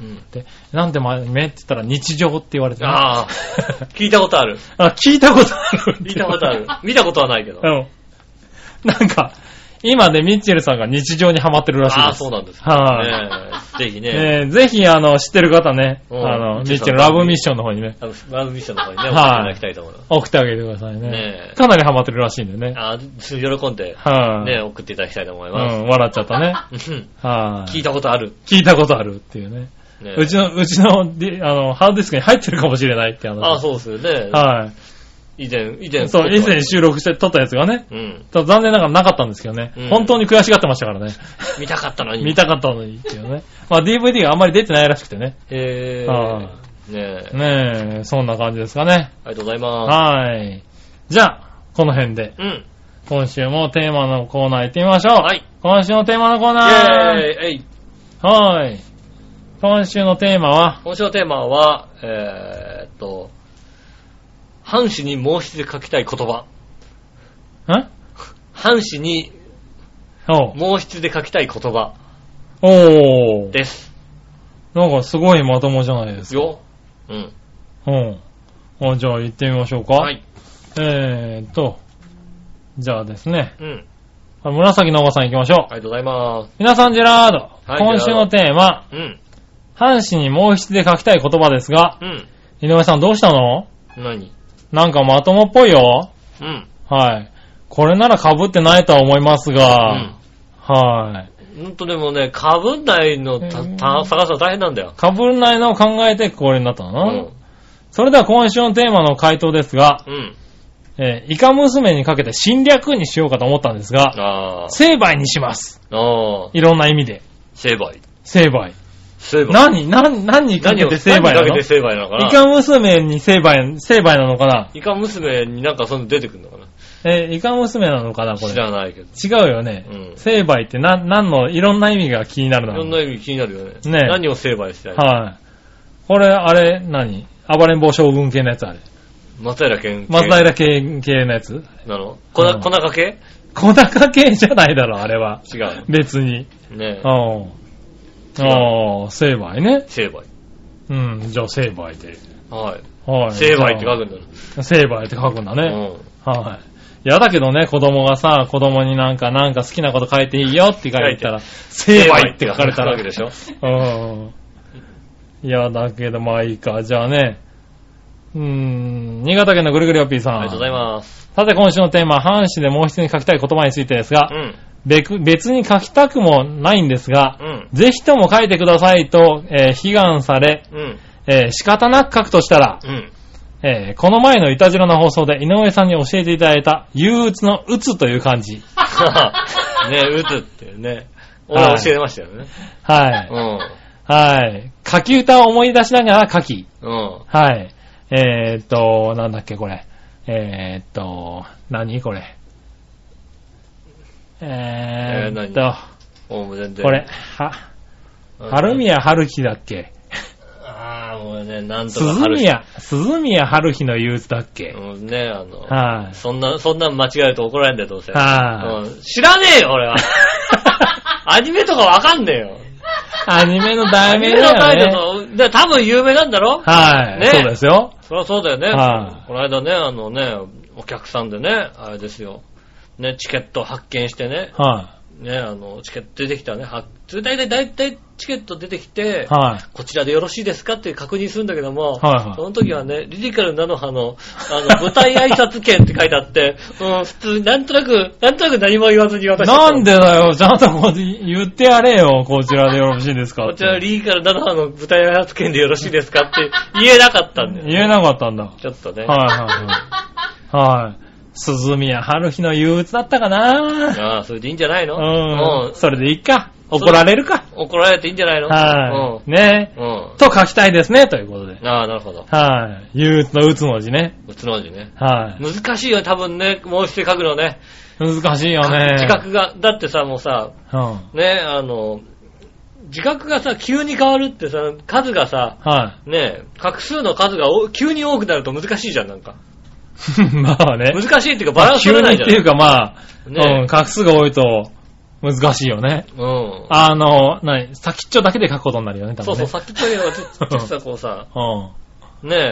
なんでアニメって言ったら、日常って言われてね。 ああ。聞いたことある。 聞いたことある。 聞いたことある。見たことはないけど。 なんか、今ね、ミッチェルさんが日常にハマってるらしいです。 ああ、そうなんですか。はい。 ぜひね。 ぜひ、知ってる方ね、ミッチェルラブミッションの方にね。 ラブミッションの方にね、送っていただきたいと思います。 送ってあげてくださいね。かなりハマってるらしいんでね。 喜んで、ね、送っていただきたいと思います。 笑っちゃったね。 聞いたことある。 聞いたことあるっていうね。うちの、ハードディスクに入ってるかもしれないって話。 ああ、そうですよね。 はい。 以前そう、以前収録して撮ったやつがね。残念ながらなかったんですけどね。本当に悔しがってましたからね。 見たかったのに。 見たかったのにっていうね。DVD があんまり出てないらしくてね。 ねえ、そんな感じですかね。 ありがとうございます。 はい。じゃあ、この辺で。今週もテーマのコーナー行ってみましょう。 はい。 今週のテーマのコーナー。はい。今週のテーマは半紙に毛筆で書きたい言葉。半紙に毛筆で書きたい言葉。です。 なんかすごいまともじゃないですか。 よ。 じゃあ行ってみましょうか。 はい。 じゃあですね。紫のおばさん行きましょう。 ありがとうございます。 皆さんジェラード。今週のテーマ。半紙に毛筆で書きたい言葉ですが。井上さんどうしたの？ 何？ なんかまともっぽいよ。はい。これなら被ってないとは思いますが。はい。 でもね、被んないの探すの大変なんだよ。 被んないのを考えてこれになったのな。それでは今週のテーマの回答ですが。イカ娘にかけて侵略にしようかと思ったんですが。成敗にします。いろんな意味で。 成敗。 何にかけて成敗なの？イカ娘に成敗なのかな？ イカ娘になんかその出てくるのかな？ イカ娘なのかなこれ。 知らないけど。 違うよね。成敗って何のいろんな意味が気になるな。 いろんな意味気になるよね。 ね。 何を成敗したい？ はい。これ、何？暴れん坊将軍系のやつあれ。 松平系のやつなの？粉かけ？ 粉かけじゃないだろ、あれは。 違う。 別に。 ね成敗ね。 成敗。 じゃあ成敗で。 はい。成敗って書くんだ。 成敗って書くんだね。はい。やだけどね、子供になんか好きなこと書いていいよって書いたら、成敗って書かれたわけでしょ。いやだけど、まあいいか。じゃあね。新潟県のぐるぐるよっぴーさん。 ありがとうございます。 さて今週のテーマ、半紙で毛筆に書きたい言葉についてですが、別に書きたくもないんですが、ぜひとも書いてくださいと、悲願され、仕方なく書くとしたら、 この前のイタジラの放送で井上さんに教えていただいた憂鬱の鬱という漢字。 ね、鬱ってね。俺教えましたよね。 はい。うん。はい。書き歌を思い出しながら書き。うん。はい。なんだっけこれ。何これ。これ、春宮春樹だっけ。 ああ、もうね、なんとか鈴宮春樹の憂鬱だっけ。 うんね、はい。そんな間違えると怒られるんだよ、どうせ。はい。知らねえよ、俺は。アニメとかわかんねえよ。 アニメの題名だよね。 多分有名なんだろ？ はい。ね。そうですよ。 そりゃそうだよね。はい。この間ね、お客さんでね、あれですよ。ね、チケット発見してね。はい。ね、チケット出てきたね。だいたいチケット出てきて、はい。こちらでよろしいですかって確認するんだけども、はい。その時はね、リリカル菜の葉の、舞台挨拶券って書いてあって、普通になんとなく何も言わずに渡して。 なんでだよ、ちゃんとこう言ってやれよ、こちらでよろしいですかって。 こちらリリカル菜の葉の舞台挨拶券でよろしいですかって言えなかったんだよ、ね。 言えなかったんだ。 ちょっとね。 はいはいはい。はい。鈴宮春日の憂鬱だったかな。 ああ、それでいいんじゃないの？ うん。それでいいか。怒られるか。 怒られていいんじゃないの？ はい。ねえ。うん。と書きたいですね、ということで。 ああ、なるほど。 はい。憂鬱の鬱の字ね。 鬱の字ね。 はい。 難しいよ、多分ね、もう一度書くのね。 難しいよね。 字覚が、だってさ、もうさ、ね、字覚がさ、急に変わるってさ、数がさ、はい。ね、画数の数が急に多くなると難しいじゃん、なんか。 まあね。 難しいっていうかバランス取れないじゃん。 急にっていうかまあ、ね、画数が多いと難しいよね。うん。先っちょだけで書くことになるよね、多分ね。 そうそう、先っちょだけでちょっとさ、こうさ、うん。ね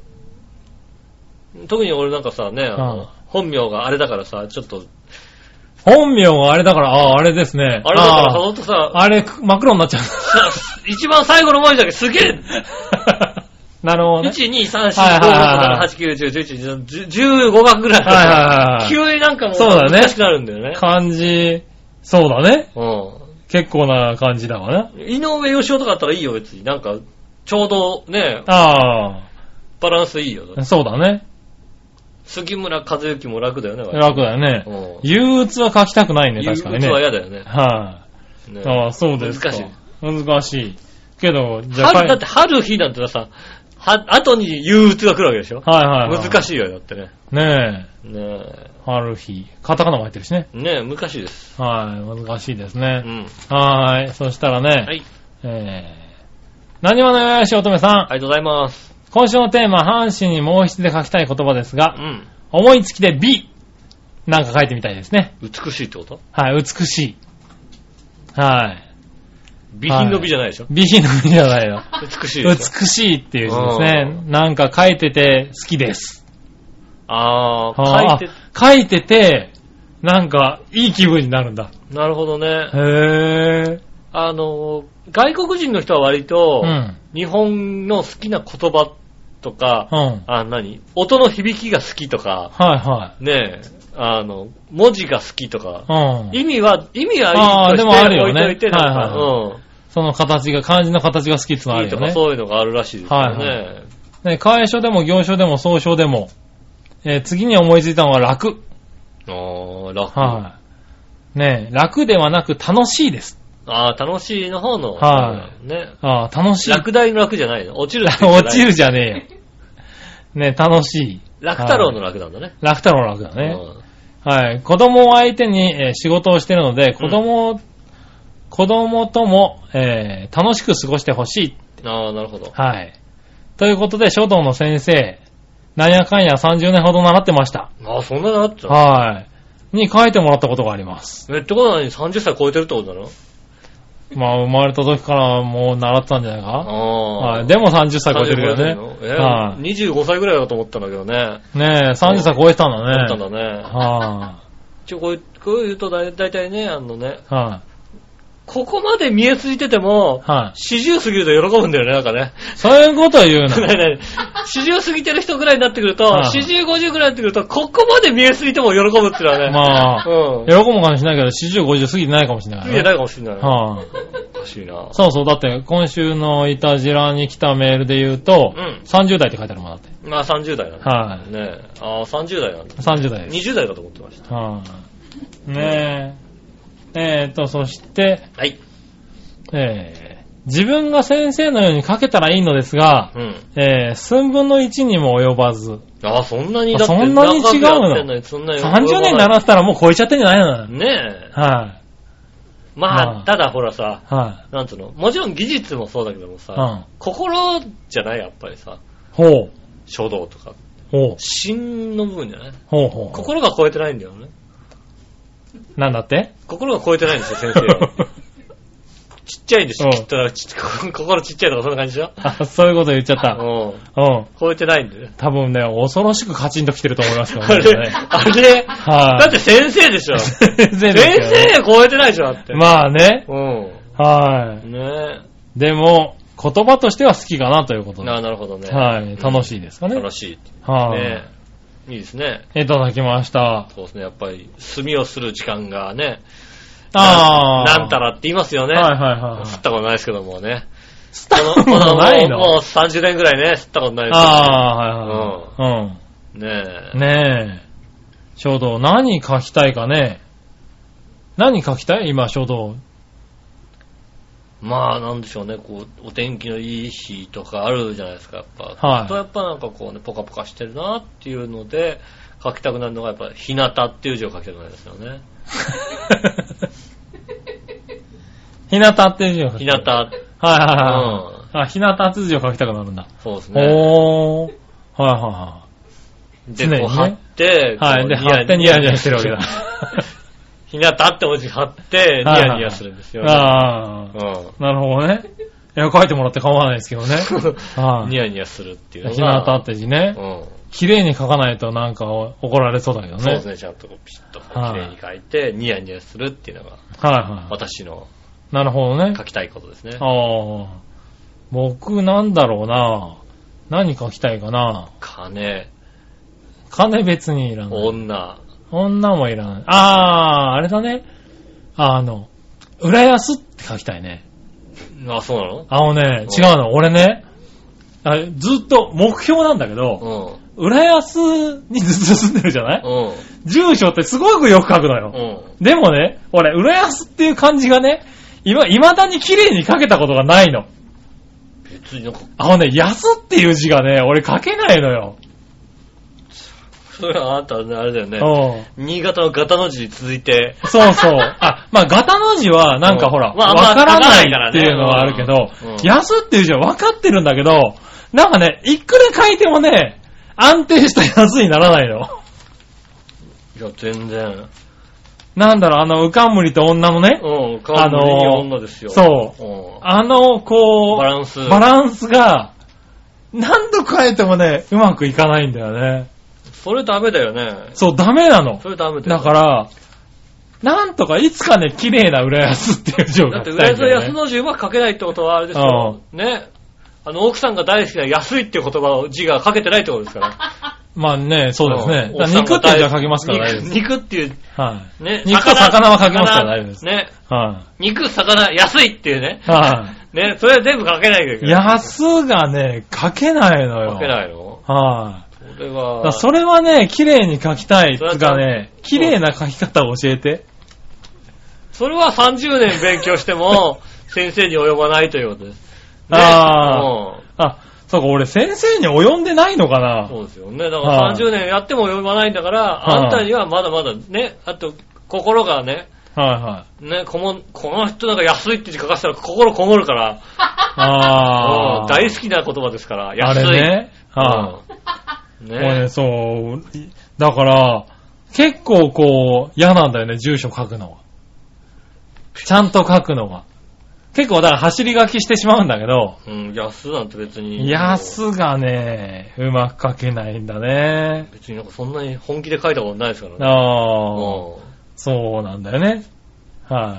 え、特に俺なんかさ、ね、本名があれだからさ、ちょっと。 本名があれだから、あれですね。 あれだから、ほんとさ、 あれ、真っ黒になっちゃう。 一番最後の文字だけすげえなるほどね。 1、2、3、4、5、6、7、8、9、10、11、15画ぐらい。はいはいはい。急になんかもう難しくなるんだよね。 漢字、そうだね。うん。結構な感じだわね。 井上義雄とかだったらいいよ、別に。なんか、ちょうどね、バランスいいよ。 そうだね。 杉村和之も楽だよね。 楽だよね。憂鬱は書きたくないね、確かにね。 憂鬱は嫌だよね。 はい。ああ、そうですか。難しい。けど、 じゃあ。だって春日なんてさ、後に憂鬱が来るわけでしょ。はいはいはい。難しいよ、だってね。 ねえ。ねえ。春日。カタカナも入ってるしね。 ねえ、難しいです。 はい、難しいですね。うん。はい。そしたらね。はい。何話のよやしおとめさん。 ありがとうございます。 今週のテーマ、阪神に毛筆で書きたい言葉ですが、うん。思いつきで B。なんか書いてみたいですね。 美しいってこと？ はい、美しい。はい。 美品の美じゃないでしょ？ 美品の美じゃないよ。 美しいです。 美しいっていう字ですね。なんか書いてて好きです。書いてて、なんかいい気分になるんだ。 なるほどね。 へー。 外国人の人は割と、日本の好きな言葉とか、音の響きが好きとか、はいはい。ねえ、文字が好きとか、意味はいいとして置いといて、 その形が、漢字の形が好きってのがあるよね。 いいとかそういうのがあるらしいですよね。 ね、楷書でも行書でも草書でも、次に思いついたのは楽。 楽。 はい。ねえ、楽ではなく楽しいです。 楽しいの方の。 はい。ね。楽しい。 落第の楽じゃないの？落ちる落ちるじゃねえよ。ね、楽しい。 楽太郎の楽なんだね。 楽太郎の楽だね。はい。子供を相手に仕事をしているので、子供とも楽しく過ごしてほしい。 なるほど。 はい。ということで、書道の先生、なんやかんや30年ほど習ってました。 そんな習ってた？ はい。に書いてもらったことがあります。 ってことは何？30歳超えてるってことだろ？ まあ、生まれた時からもう習ってたんじゃないか？はい。でも30歳超えてるけどね。 25歳ぐらいだと思ったんだけどね。 ねえ、30歳超えてたんだね。 超えたんだね。こう言うと大体ね、 ここまで見えすぎてても、はい、40過ぎると喜ぶんだよね、なんかね。 そういうことは言うな。 40過ぎてる人ぐらいになってくると、40、50ぐらいになってくると、ここまで見えすぎても喜ぶっていうのはね。 まあ、うん、喜ぶかもしれないけど、40、50過ぎてないかもしれない、ね。 過ぎてないかもしれない。 はあ、 おかしいな。 そうそう、だって今週のイタジラに来たメールで言うと、うん、30代って書いてあるもんだって。 まあ30代なんだ。 はい、 ねああ、30代なんだ。 30代です。 20代かと思ってました。 はい、ねえ。そして、 はい。 自分が先生のように書けたらいいのですが、うん、寸分の1にも及ばず。 ああ、そんなにだってそんなに違うの。30年習ってたらもう超えちゃってんじゃないのねえ。 はい、 まあ、ただほらさ、はい、なんつうの、もちろん技術もそうだけどもさ、うん、心じゃないやっぱりさ。 ほう。 書道とか。 ほう。 心の部分じゃない？ ほうほう。 心が超えてないんだよね。 なんだって？ 心が超えてないんですよ、先生は。ちっちゃいんですよ、きっと。心ちっちゃいとかそんな感じでしょ？ あ、そういうこと言っちゃった。うん。 超えてないんでね。 多分ね、恐ろしくカチンと来てると思いますけどね。 あれはい。だって先生でしょ。先生超えてないでしょ、だって。 まあね。 うん。 はい。 ねでも、言葉としては好きかなということで。 なるほどね。 はい。楽しいですかね。 楽しい。 はい。 ねいいですね。 いただきました。 そうですね、やっぱり、墨をする時間がね、 なんたらって言いますよね。 はいはいはい。 吸ったことないですけどもね。 吸ったことないの？ もう30年ぐらいね、吸ったことないですけど。 はいはい。 うん。ねえ。ねえ。書道、何書きたいかね。何書きたい？今、書道。 まあ、なんでしょうね、こう、お天気のいい日とかあるじゃないですか、やっぱ。 はい。 やっぱなんかこうね、ポカポカしてるなっていうので、書きたくなるのがやっぱ、日向っていう字を書きたくなるんですよね。 日向っていう字を書きたくなる。 日向。 はいはいはい。あ、日向って字を書きたくなるんだ。 そうですね。 おー。はいはいはい。 で、こう貼って、 はい。で、貼ってニヤニヤしてるわけだ。 日向って文字貼って、ニヤニヤするんですよ、ね。 ああ。なるほどね。いや、書いてもらって構わないですけどね。 ニヤニヤするっていうのが。 日向って字ね。綺麗に書かないとなんか怒られそうだけどね。 そうですね、ちゃんとピシッと綺麗に書いて、ニヤニヤするっていうのが、 はいはい。 私の、 なるほどね。 書きたいことですね。 ああ。僕なんだろうな。何書きたいかな。 金別にいらない。 女もいらない。あれだね。浦安って書きたいね。 あ、そうなの？ 違うの。俺ね、ずっと目標なんだけど、浦安にずっと住んでるじゃない？住所ってすごくよく書くのよ。でもね、俺、浦安っていう漢字がね、未だに綺麗に書けたことがないの。 別になんか。 安っていう字がね、俺書けないのよ。 それはあんた、あれだよね。新潟のガタの字に続いて。 そうそう。まあ、ガタの字は、なんかほら、わからないっていうのはあるけど、安っていう字はわかってるんだけど、なんかね、いくら書いてもね、安定した安にならないの。 いや、全然。 なんだろう、うかんむりと女のね。 うかんむりいい女ですよ。 そう。バランスが、何度書いてもね、うまくいかないんだよね。 それダメだよね。 そう、ダメなの。 それダメだよ。 だから、なんとかいつかね、綺麗な浦安っていう字を書きたいんだよね。だって浦安の安の字うまく書けないってことはあれですよ。ね。奥さんが大好きな安いっていう言葉を字が書けてないってことですから。 まあね、そうですね。肉って字は書きますから大丈夫です。 肉っていう。 はい。 ね。 肉と魚は書きますから大丈夫です。 ね。 はい。 肉、魚、安いっていうね。 はい。 ね。それは全部書けないけど。 安がね、書けないのよ。 書けないの？ はい。 それはね、綺麗に書きたいつがね、綺麗な書き方を教えて。 それは30年勉強しても、先生に及ばないということです。 ね、そうか、俺先生に及んでないのかな。 そうですよね。だから30年やっても及ばないんだから、あんたにはまだまだね、あと、心がね、 はいはい。 ね、この人なんか安いって字書かせたら心こもるから。大好きな言葉ですから、安い。 あれね。ね。そう。だから、結構こう、嫌なんだよね、住所書くのは。ちゃんと書くのが。結構だから走り書きしてしまうんだけど。 安なんて別に。 安がね、うまく書けないんだね。 別になんかそんなに本気で書いたことないですからね。 そうなんだよね。はい。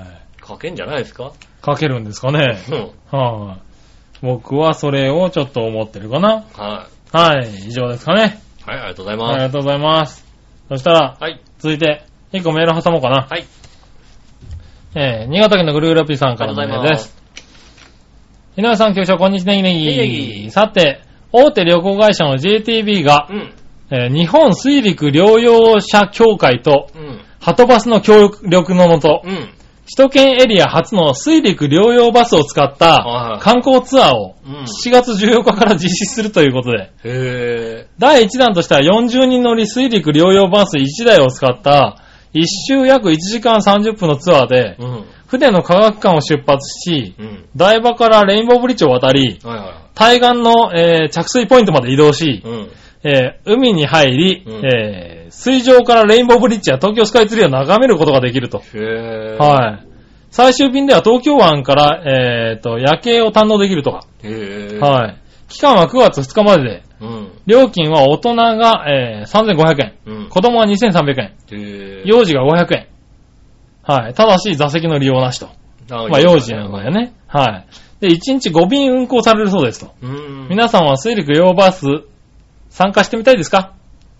かけんじゃないですか？ かけるんですかね。はい、僕はそれをちょっと思ってるかな。はい。はい、以上ですかね。 はい、ありがとうございます。 ありがとうございます。そしたら、はい。続いて、1個メール挟もうかな。はい。新潟県のぐるぐるアピーさんからのメールです。井上さん、局長、こんにちは、ネギ。さて、大手旅行会社の JTB が、日本水陸両用車協会と、ハトバスの協力のもと、首都圏エリア初の水陸両用バスを使った観光ツアーを7月14日から実施するということで、第1弾としては40人乗り水陸両用バス1台を使った1周約1時間30分のツアーで、船の科学館を出発し、台場からレインボーブリッジを渡り、対岸の、着水ポイントまで移動し、海に入り、水上からレインボーブリッジや東京スカイツリーを眺めることができると。はい。最終便では東京湾から、夜景を堪能できるとか。はい。期間は9月2日までで、料金は大人が、3500円、子供は2300円、幼児が500円。はい。ただし座席の利用なしと。まあ幼児の場合はね。はい。で、1日5便運行されるそうですと。皆さんは水陸両用バス参加してみたいですか？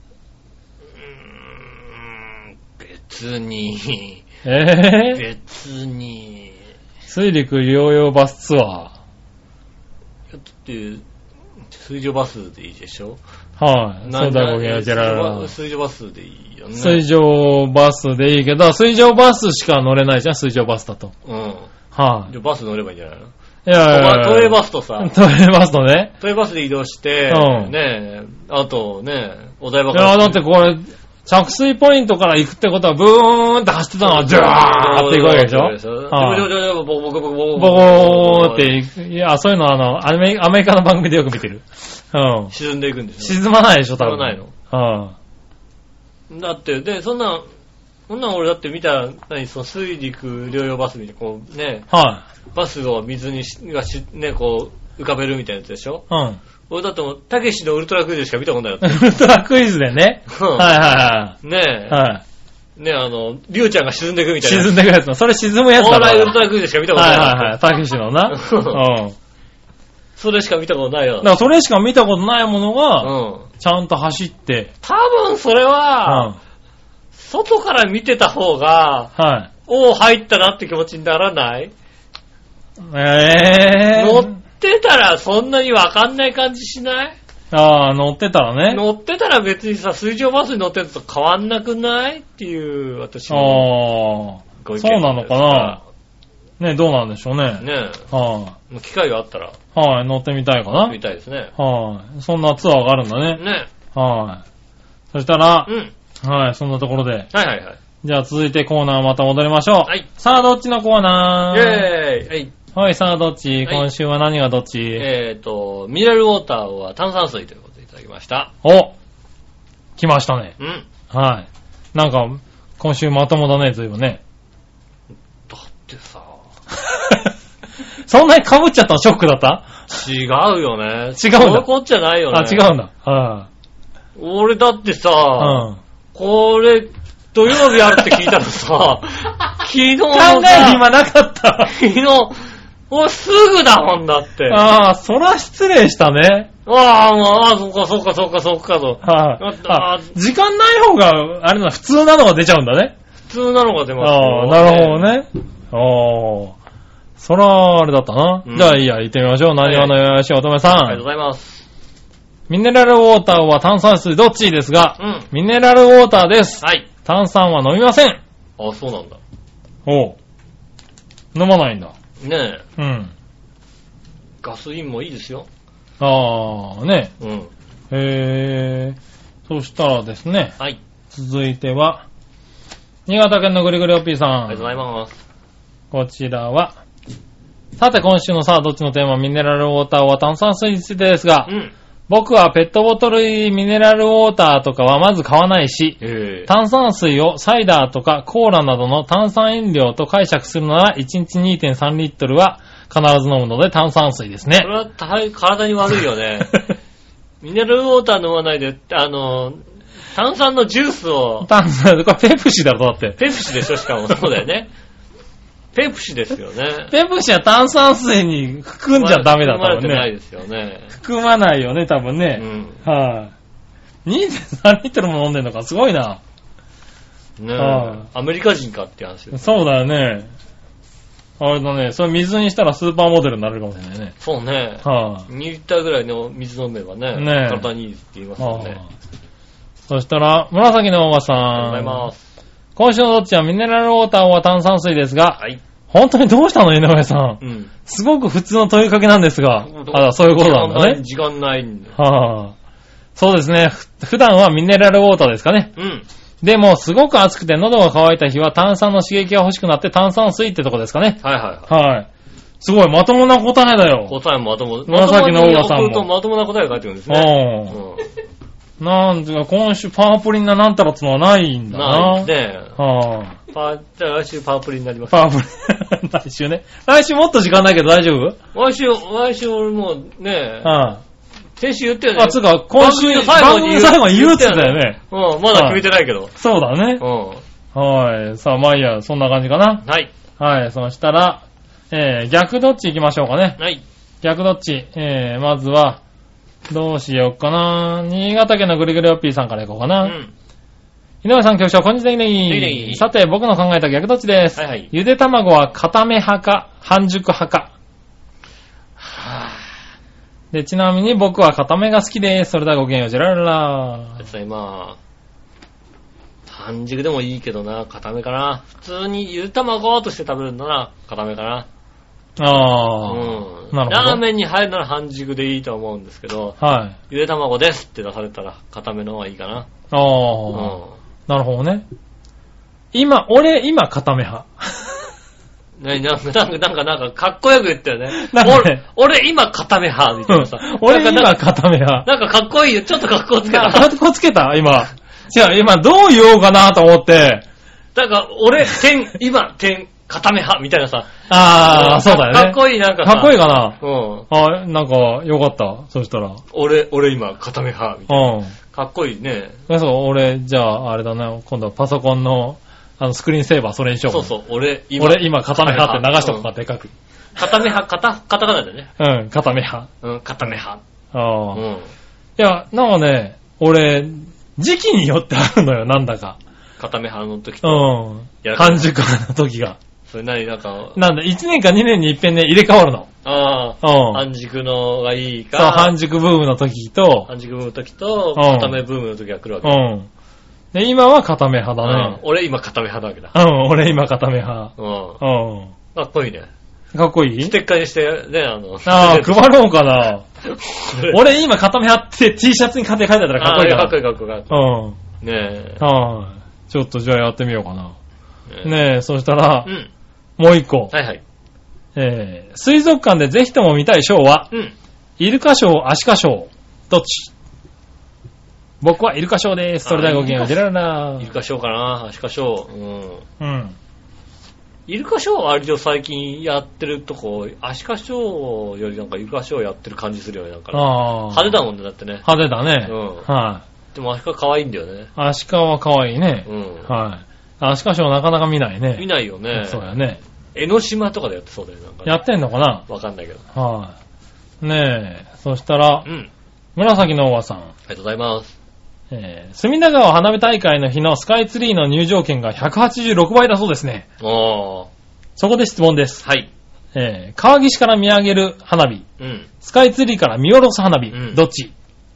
別に。別に。 水陸両用バスツアー。だって、水上バスでいいでしょ？ はい。そうだ、ごめんなさい。 水上バスでいいよね。 水上バスでいいけど、水上バスしか乗れないじゃん、水上バスだと。はい。 じゃあバス乗ればいいんじゃないの？ いや都営バスとさ。 都営バスとね。 都営バスで移動して、ねえ、あとね、お台場から。 いや、だってこれ、着水ポイントから行くってことは、ブーンって走ってたのは、ジャーって行くわけでしょ？ボコーって、いや、そういうのアメリカの番組でよく見てる。 沈んでいくんでしょ？ 沈まないでしょ、多分。 沈まないの？だって、で、そんな俺だって見た、水陸両用バス見て、こうね、バスを水にね、こう、浮かべるみたいなやつでしょ？俺だってもう、たけしのウルトラクイズしか見たことないよ。 ウルトラクイズでね。 ねえ。ねえ、りゅうちゃんが沈んでいくみたいな。 沈んでいくやつの。それ沈むやつだから。 オーライウルトラクイズしか見たことない。 たけしのな。 それしか見たことないよ。 だからそれしか見たことないものが、ちゃんと走って。 多分それは、外から見てた方が、入ったなって気持ちにならない？乗ってたらそんなにわかんない感じしない？ 乗ってたらね。 乗ってたら別にさ、水上バスに乗ってると変わんなくないっていう、私のご意見。 そうなのかな？ね、どうなんでしょうね。 ねえ。機会があったら。 乗ってみたいかな。 乗ってみたいですね。 そんなツアーがあるんだね。 ね。 そしたら、そんなところで。じゃあ続いてコーナーまた戻りましょう。さあ、どっちのコーナー？イェーイ。はい、さあ、どっち？今週は何がどっち？ ミネラルウォーターは炭酸水ということでいただきました。 来ましたね。はい。なんか、今週まともだね、ずいぶんね。 だってさ。 そんなに被っちゃったのショックだった？ 違うよね。 違うんだ。 そういうことじゃないよね。 違うんだ。 俺だってさ、これ、土曜日あるって聞いたらさ、昨日のさ、 考える暇なかった。 昨日、もうすぐだもんだって。 そら失礼したね。 そっかと。 時間ない方が、あれだ、普通なのが出ちゃうんだね。 普通なのが出ますよ。 なるほどね。そら、あれだったな。じゃあいいや、行ってみましょう。何話のよしおとめさん。 ありがとうございます。 ミネラルウォーターは炭酸水どっちですが、ミネラルウォーターです。炭酸は飲みません。 そうなんだ。 飲まないんだ。 ねえ。ガソリンもいいですよ。 ねえ。そしたらですね。続いては、新潟県のぐりぐりおっぴーさん。 ありがとうございます。 こちらは、さて今週のさあどっちのテーマ、ミネラルウォーターは炭酸水についてですが、僕はペットボトルミネラルウォーターとかはまず買わないし、炭酸水をサイダーとかコーラなどの炭酸飲料と解釈するなら1日 2.3 リットルは必ず飲むので炭酸水ですね。 それは体に悪いよね。ミネラルウォーター飲まないで、炭酸のジュースを。 これペプシだろ、だって。 ペプシでしょ、しかも。そうだよね。 ペプシですよね。 ペプシは炭酸水に含んじゃダメだったもんね。 含まれてないですよね。 含まないよね、多分ね。はい、2.3 リットルも飲んでんのか、すごいな。 ねえ、アメリカ人かって話です。 そうだよね。あれだね、それ水にしたらスーパーモデルになれるかもしれないね。 そうね。2リッターぐらいの水飲めばね、体にいいって言いますよね。 そしたら、紫のおばさん。ありがとうございます。今週のどっちはミネラルウォーターは炭酸水ですが、はい。本当にどうしたの井上さん。うん。すごく普通の問いかけなんですが、そういうことなんだね。 時間ないんで。 そうですね。普段はミネラルウォーターですかね。うん。でも、すごく暑くて喉が渇いた日は炭酸の刺激が欲しくなって炭酸水ってとこですかね。 はいはいはい。はい。 すごい、まともな答えだよ。 答えもまとも。 紫のオーガさんも。 まともな答えが返ってくるんですね。 うん。なんでか、今週パープリンななんたらつのはないんだな。 ないね。じゃあ来週パープリンになります。 パープリン。来週ね。来週もっと時間ないけど大丈夫？ 来週俺もね、先週言ったよね。 つうか、今週番組最後に言うって言ったよね。 うん、まだ決めてないけど。 そうだね。はい。さあ、まあいいや、そんな感じかな。 はい。 はい、そしたら、逆どっち行きましょうかね。 はい。 逆どっち。まずは、どうしようかな。新潟県のぐりぐりおっぴーさんから行こうかな。うん。井上さん局長、こんにちは。さて、僕の考えた逆どっちです。はいはい。ゆで卵は固め派か、半熟派か。で、ちなみに僕は固めが好きです。それではごきげんよう、ジェラララ。 今、半熟でもいいけどな、固めかな。普通にゆで卵として食べるんだな、固めかな。 なるほど。 ラーメンに入るなら半熟でいいと思うんですけど、はい。ゆで卵ですって出されたら固めの方がいいかな。 なるほどね。俺今固め派。 なんかかっこよく言ったよね。俺今固め派みたいなさ。 俺今固め派。 なんかかっこいいよ。ちょっとかっこつけた。 かっこつけた今。今どう言おうかなと思って。 なんか今固め派みたいなさ。 そうだよね。 かっこいいなんかさ。 かっこいいかな。うん。なんかよかった。そしたら。 俺今固め派みたいな。うん。かっこいいね。 そう、俺、じゃああれだね。今度はパソコンのスクリーンセーバーそれにしよう。 そう、俺今固め派って流しとくかでかく。 固め派、カタカナだよね。 うん、固め派。 うん、固め派。 うん。いや、なんかね、俺、時期によってあるのよ、なんだか。 固め派の時と。 うん。半熟派の時が。 それなんだ、1 年か2年に一遍ね、入れ替わるの。 半熟のがいいか。 そう、半熟ブームの時と、 固めブームの時が来るわけ。 うん。で、今は固め派だね。 俺今固め派だわけだ。 俺今固め派。 かっこいいね。 かっこいい？ ステッカーにして、ね、 配ろうかな。俺今固め派って T シャツに書いてあったらかっこいいかな。 かっこいい。ねえ。 ちょっとじゃあやってみようかな。ねえ、そしたら、もう一個。 はいはい。 水族館でぜひとも見たいショーは、イルカショー、アシカショー、どっち？僕はイルカショーです。それではごきげんよう。ジェラライルカショーかな、アシカショー。うん。イルカショーは割と最近やってるとこ、アシカショーよりなんかイルカショーやってる感じするよね。なんか派手だもんね、だってね。 派手だね。 はい。でもアシカ可愛いんだよね。 アシカは可愛いね。はい。アシカショーなかなか見ないね。 見ないよね。 そうやね。 江ノ島とかでやってそうだよね。 やってんのかな？ わかんないけど。 はい。ねえ、そしたら、紫のおばさん。ありがとうございます。 隅田川花火大会の日のスカイツリーの入場券が186倍だそうですね。そこで質問です。 はい。 川岸から見上げる花火。スカイツリーから見下ろす花火。どっち？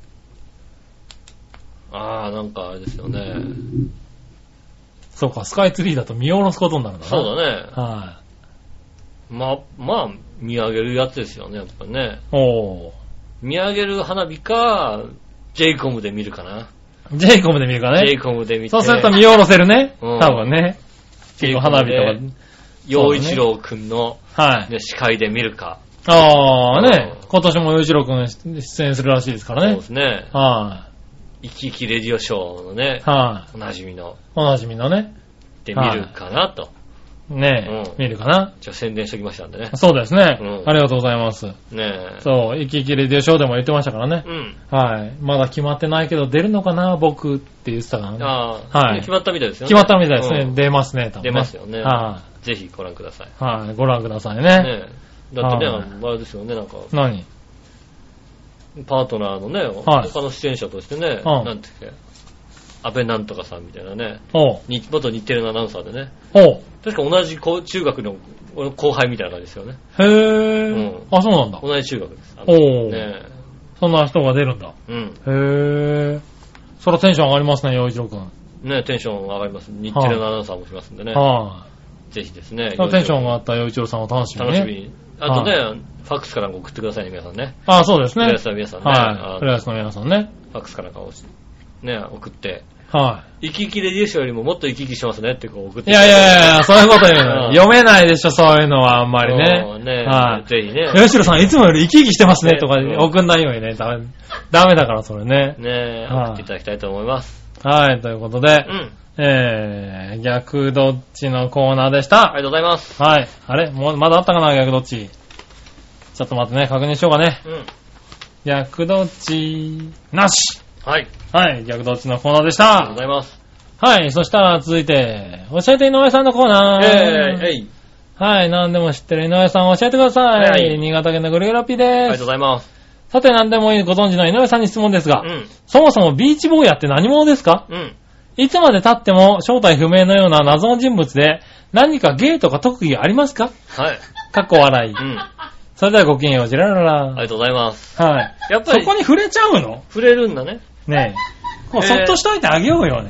なんかあれですよね。 そうか、スカイツリーだと見下ろすことになるんだな。 そうだね。はい。まあ、見上げるやつですよね、やっぱね。見上げる花火か、J-COM で見るかな。 J-COM で見るかね。 J-COM で見て。 そうすると見下ろせるね。多分ね。結構花火とか。 陽一郎くんの、司会で見るか。 ね。今年も陽一郎くん出演するらしいですからね。 そうですね。生き生きレディオショーのね。おなじみのね。 で見るかなと。 ねえ、見るかな。 じゃあ宣伝しときましたんでね。 そうですね。ありがとうございます。 ねえ。 そう、生き生きレディオショーでも言ってましたからね。はい。まだ決まってないけど出るのかな、僕って言ってたからね。 はい。決まったみたいですよね。 決まったみたいですね。出ますね、多分。 出ますよね。 ぜひご覧ください。 はい、ご覧くださいね。 ねだってね、あれですよね、なんか。 何パートナーのね、他の出演者としてね、なんていうか、安倍なんとかさんみたいなね、元日テレのアナウンサーでね、確か同じ中学の後輩みたいな感じですよね。 へぇー。あ、そうなんだ。 同じ中学です。 ね、そんな人が出るんだ。へぇー。そらテンション上がりますね、陽一郎くん。 ね、テンション上がります。日テレのアナウンサーもしますんでね。ぜひですね。 テンション上がった陽一郎さんを楽しみにね。楽しみに。 あとね、ファックスかなんか送ってくださいね、皆さんね。 ああ、そうですね。 浦安の皆さんね。 はい。浦安の皆さんね。 ファックスかなんかをね、送って。 はい。 生き生きレディーショーよりももっと生き生きしてますねってこう送って。 いやいやいや、そういうこと言うの。読めないでしょ、そういうのはあんまりね。 ね、はい。ぜひね。 吉野さんいつもより生き生きしてますねとか送んないようにね。ダメだからそれね。 ね、送っていただきたいと思います。 はい、ということで。逆どっちのコーナーでした。 ありがとうございます。 はい。あれまだあったかな、逆どっち。ちょっと待ってね、確認しようかね。逆どっち、なし。 はい。 はい、逆どっちのコーナーでした。 ありがとうございます。 はい、そしたら続いて、教えて井上さんのコーナー。はい、何でも知ってる井上さん教えてください。はい、新潟県のぐるぐるピーです。ありがとうございます。 さて何でもいいご存知の井上さんに質問ですが、そもそもビーチ坊やって何者ですか？いつまで経っても正体不明のような謎の人物で何か芸とか特技ありますか？ はい。 かっこ笑い。それではごきげんよう、ジェラララ。 ありがとうございます。 はい。やっぱりそこに触れちゃうの？ 触れるんだね。 ねえ。もうそっとしといてあげようよね。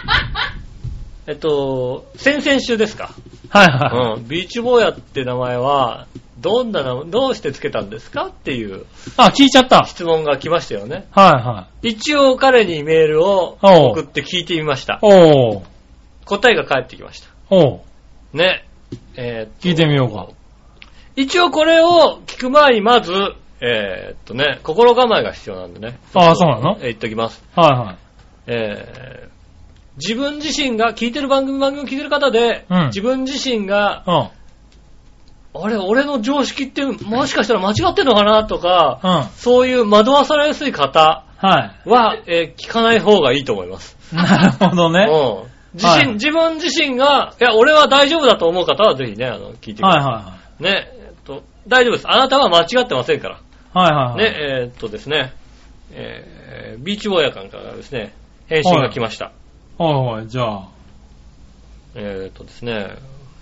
先々週ですか。 はいはい。 ビーチ坊やって名前は、どうしてつけたんですかっていう。 あ、聞いちゃった。 質問が来ましたよね。 はいはい。 一応彼にメールを送って聞いてみました。答えが返ってきました。ね。 聞いてみようか。 一応これを聞く前にまず、心構えが必要なんでね。 ああ、そうなの？ 言っときます。 はいはい。 自分自身が聞いてる番組を聞いてる方で、自分自身が、あれ、俺の常識ってもしかしたら間違ってんのかなとか、そういう惑わされやすい方は、聞かない方がいいと思います。 なるほどね。 自分自身が、いや、俺は大丈夫だと思う方はぜひね、聞いてください。 はいはい。 ね、大丈夫です。あなたは間違ってませんから。 はいはい。 ね、ですね、ビーチ坊や館からですね、返信が来ました。 はいはい、じゃあ。 ですね、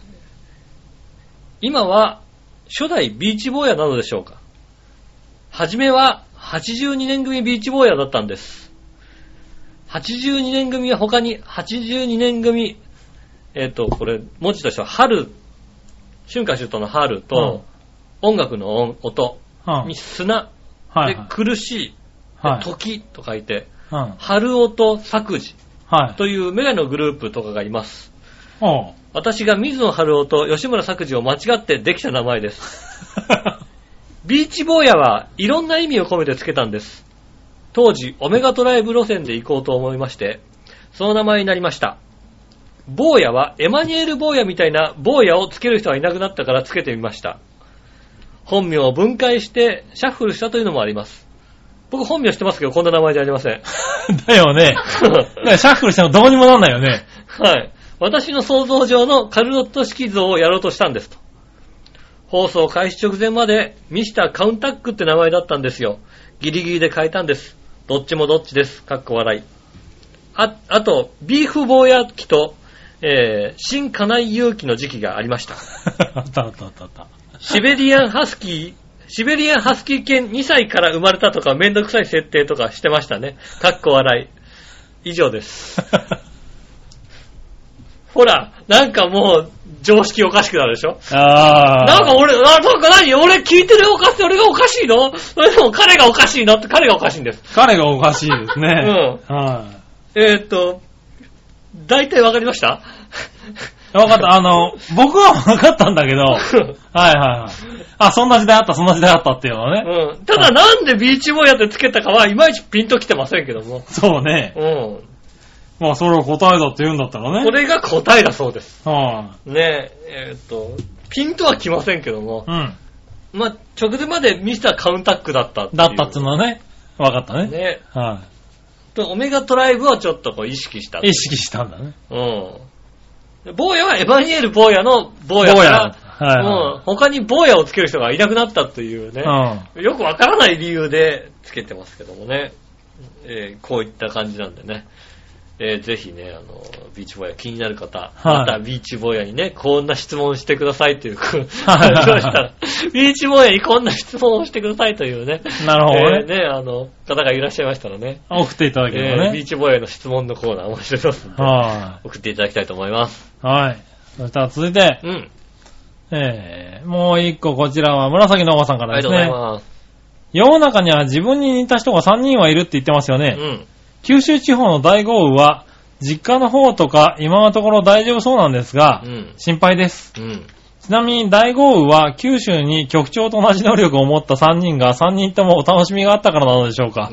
今は初代ビーチ坊やなのでしょうか。はじめは82年組ビーチ坊やだったんです。82年組は他に82年組、これ文字としては春、春夏秋冬の春と、音楽の音に砂、で苦しい、時と書いて、春音作事というメガネのグループとかがいます。私が水野春夫と吉村作治を間違ってできた名前です。ビーチ坊やはいろんな意味を込めてつけたんです。当時オメガトライブ路線で行こうと思いまして、その名前になりました。坊やはエマニュエル坊やみたいな坊やをつける人がいなくなったからつけてみました。本名を分解してシャッフルしたというのもあります。僕本名してますけどこんな名前じゃありません。 だよね。シャッフルしてもどうにもなんないよね。 はい。私の想像上のカルロット式像をやろうとしたんですと。放送開始直前までミスターカウンタックって名前だったんですよ。ギリギリで変えたんです。どっちもどっちです。かっこ笑い。あと、ビーフ坊や期と、新金井勇気の時期がありました。 あった。 シベリアンハスキー犬2歳から生まれたとかめんどくさい設定とかしてましたね。かっこ笑い。以上です。ほら、なんかもう、常識おかしくなるでしょ？なんか俺聞いてる俺がおかしいの？それでも彼がおかしいのって彼がおかしいんです。 彼がおかしいですね。 大体わかりました？ わかった。僕はわかったんだけど、はい。あ、そんな時代あったっていうのはね。 ただなんでビーチ坊やってつけたかはいまいちピンときてませんけども。 そうね。まあ、それを答えだって言うんだったらね。 これが答えだそうです。ねピンとはきませんけども。まあ、直前までミスターカウンタックだったっていう。 だったっていうのはね。わかったね。 ね。オメガトライブはちょっとこう意識した。 意識したんだね。 坊やはエマニュエル坊やの坊やから、はい、もう他に坊やをつける人がいなくなったというね、よくわからない理由でつけてますけどもね、こういった感じなんでね、ぜひね、ビーチ坊や気になる方、またビーチ坊やにね、こんな質問してくださいっていう、ビーチ坊やにこんな質問をしてくださいというね、 なるほどね。 方がいらっしゃいましたらね、 送っていただければね。 ビーチ坊やの質問のコーナー面白いですので、送っていただきたいと思います。 はい。そしたら続いて、もう一個こちらは紫のおばさんからですね。ありがとうございます。世の中には自分に似た人が3人はいるって言ってますよね。九州地方の大豪雨は、実家の方とか今のところ大丈夫そうなんですが、心配です。ちなみに大豪雨は九州に局長と同じ能力を持った3人が3人ともお楽しみがあったからなのでしょうか。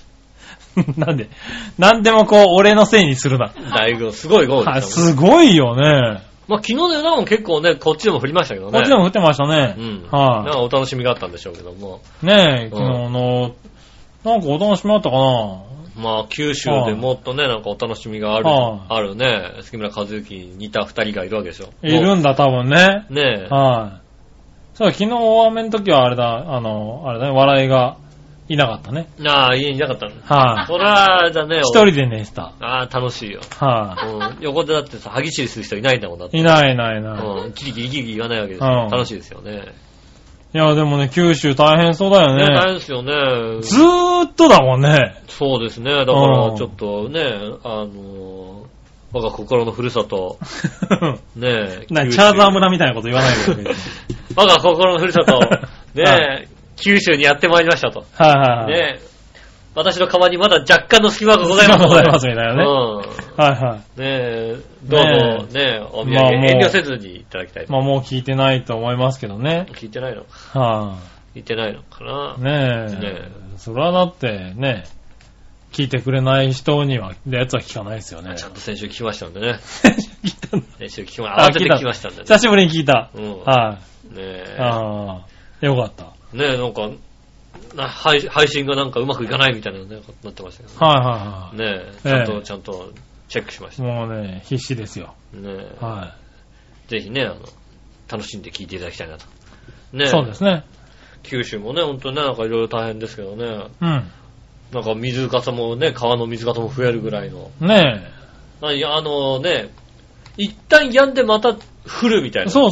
なんでもこう、俺のせいにするな。 大豪雨、すごい豪雨でしたもんね。すごいよね。 まあ、昨日の夜中も結構ね、こっちでも降りましたけどね。 こっちでも降ってましたね。 なんかお楽しみがあったんでしょうけども。 ねえ、昨日の、なんかお楽しみあったかな。 まあ、九州でもっとね、なんかお楽しみがあるね。杉村和之に似た二人がいるわけでしょ。 いるんだ、多分ね。 ねえ。 そう、昨日大雨の時はあれだ、笑いがいなかったね。 ああ、家にいなかったの。そらだね。 一人で寝てた。 ああ、楽しいよ。横でだってさ、歯ぎしりする人いないんだもんだって。 いない。 キリキリ言わないわけですよ。楽しいですよね。 いや、でもね、九州大変そうだよね。 大変ですよね。 ずーっとだもんね。 そうですね。だから、ちょっとね、我が心のふるさと。ねえ。 チャーザー村みたいなこと言わないでくれ。 我が心のふるさと。ねえ、九州にやってまいりましたと。ねえ。私の川にまだ若干の隙間がございます。 ございますみたいなね。ねえ、どうぞね、お土産遠慮せずにいただきたい。 まあもう聞いてないと思いますけどね。 聞いてないのか。聞いてないのかな。 ねえ。それはだってね、聞いてくれない人には、やつは聞かないですよね。 ちゃんと先週聞きましたんでね。先週聞きました。慌てて聞きましたんでね。 久しぶりに聞いた。 ねえ。 よかった。 ねえ、なんか、配信がなんかうまくいかないみたいなのね、なってましたけどね。ねえ、ちゃんとチェックしました。 もうね、必死ですよ。 ねえ。ぜひね、楽しんで聞いていただきたいなと。ねえ。 そうですね。 九州もね、ほんとね、なんかいろいろ大変ですけどね。なんか水かさもね、川の水かさも増えるぐらいの。 ねえ。ね、一旦止んでまた降るみたいな。 そう、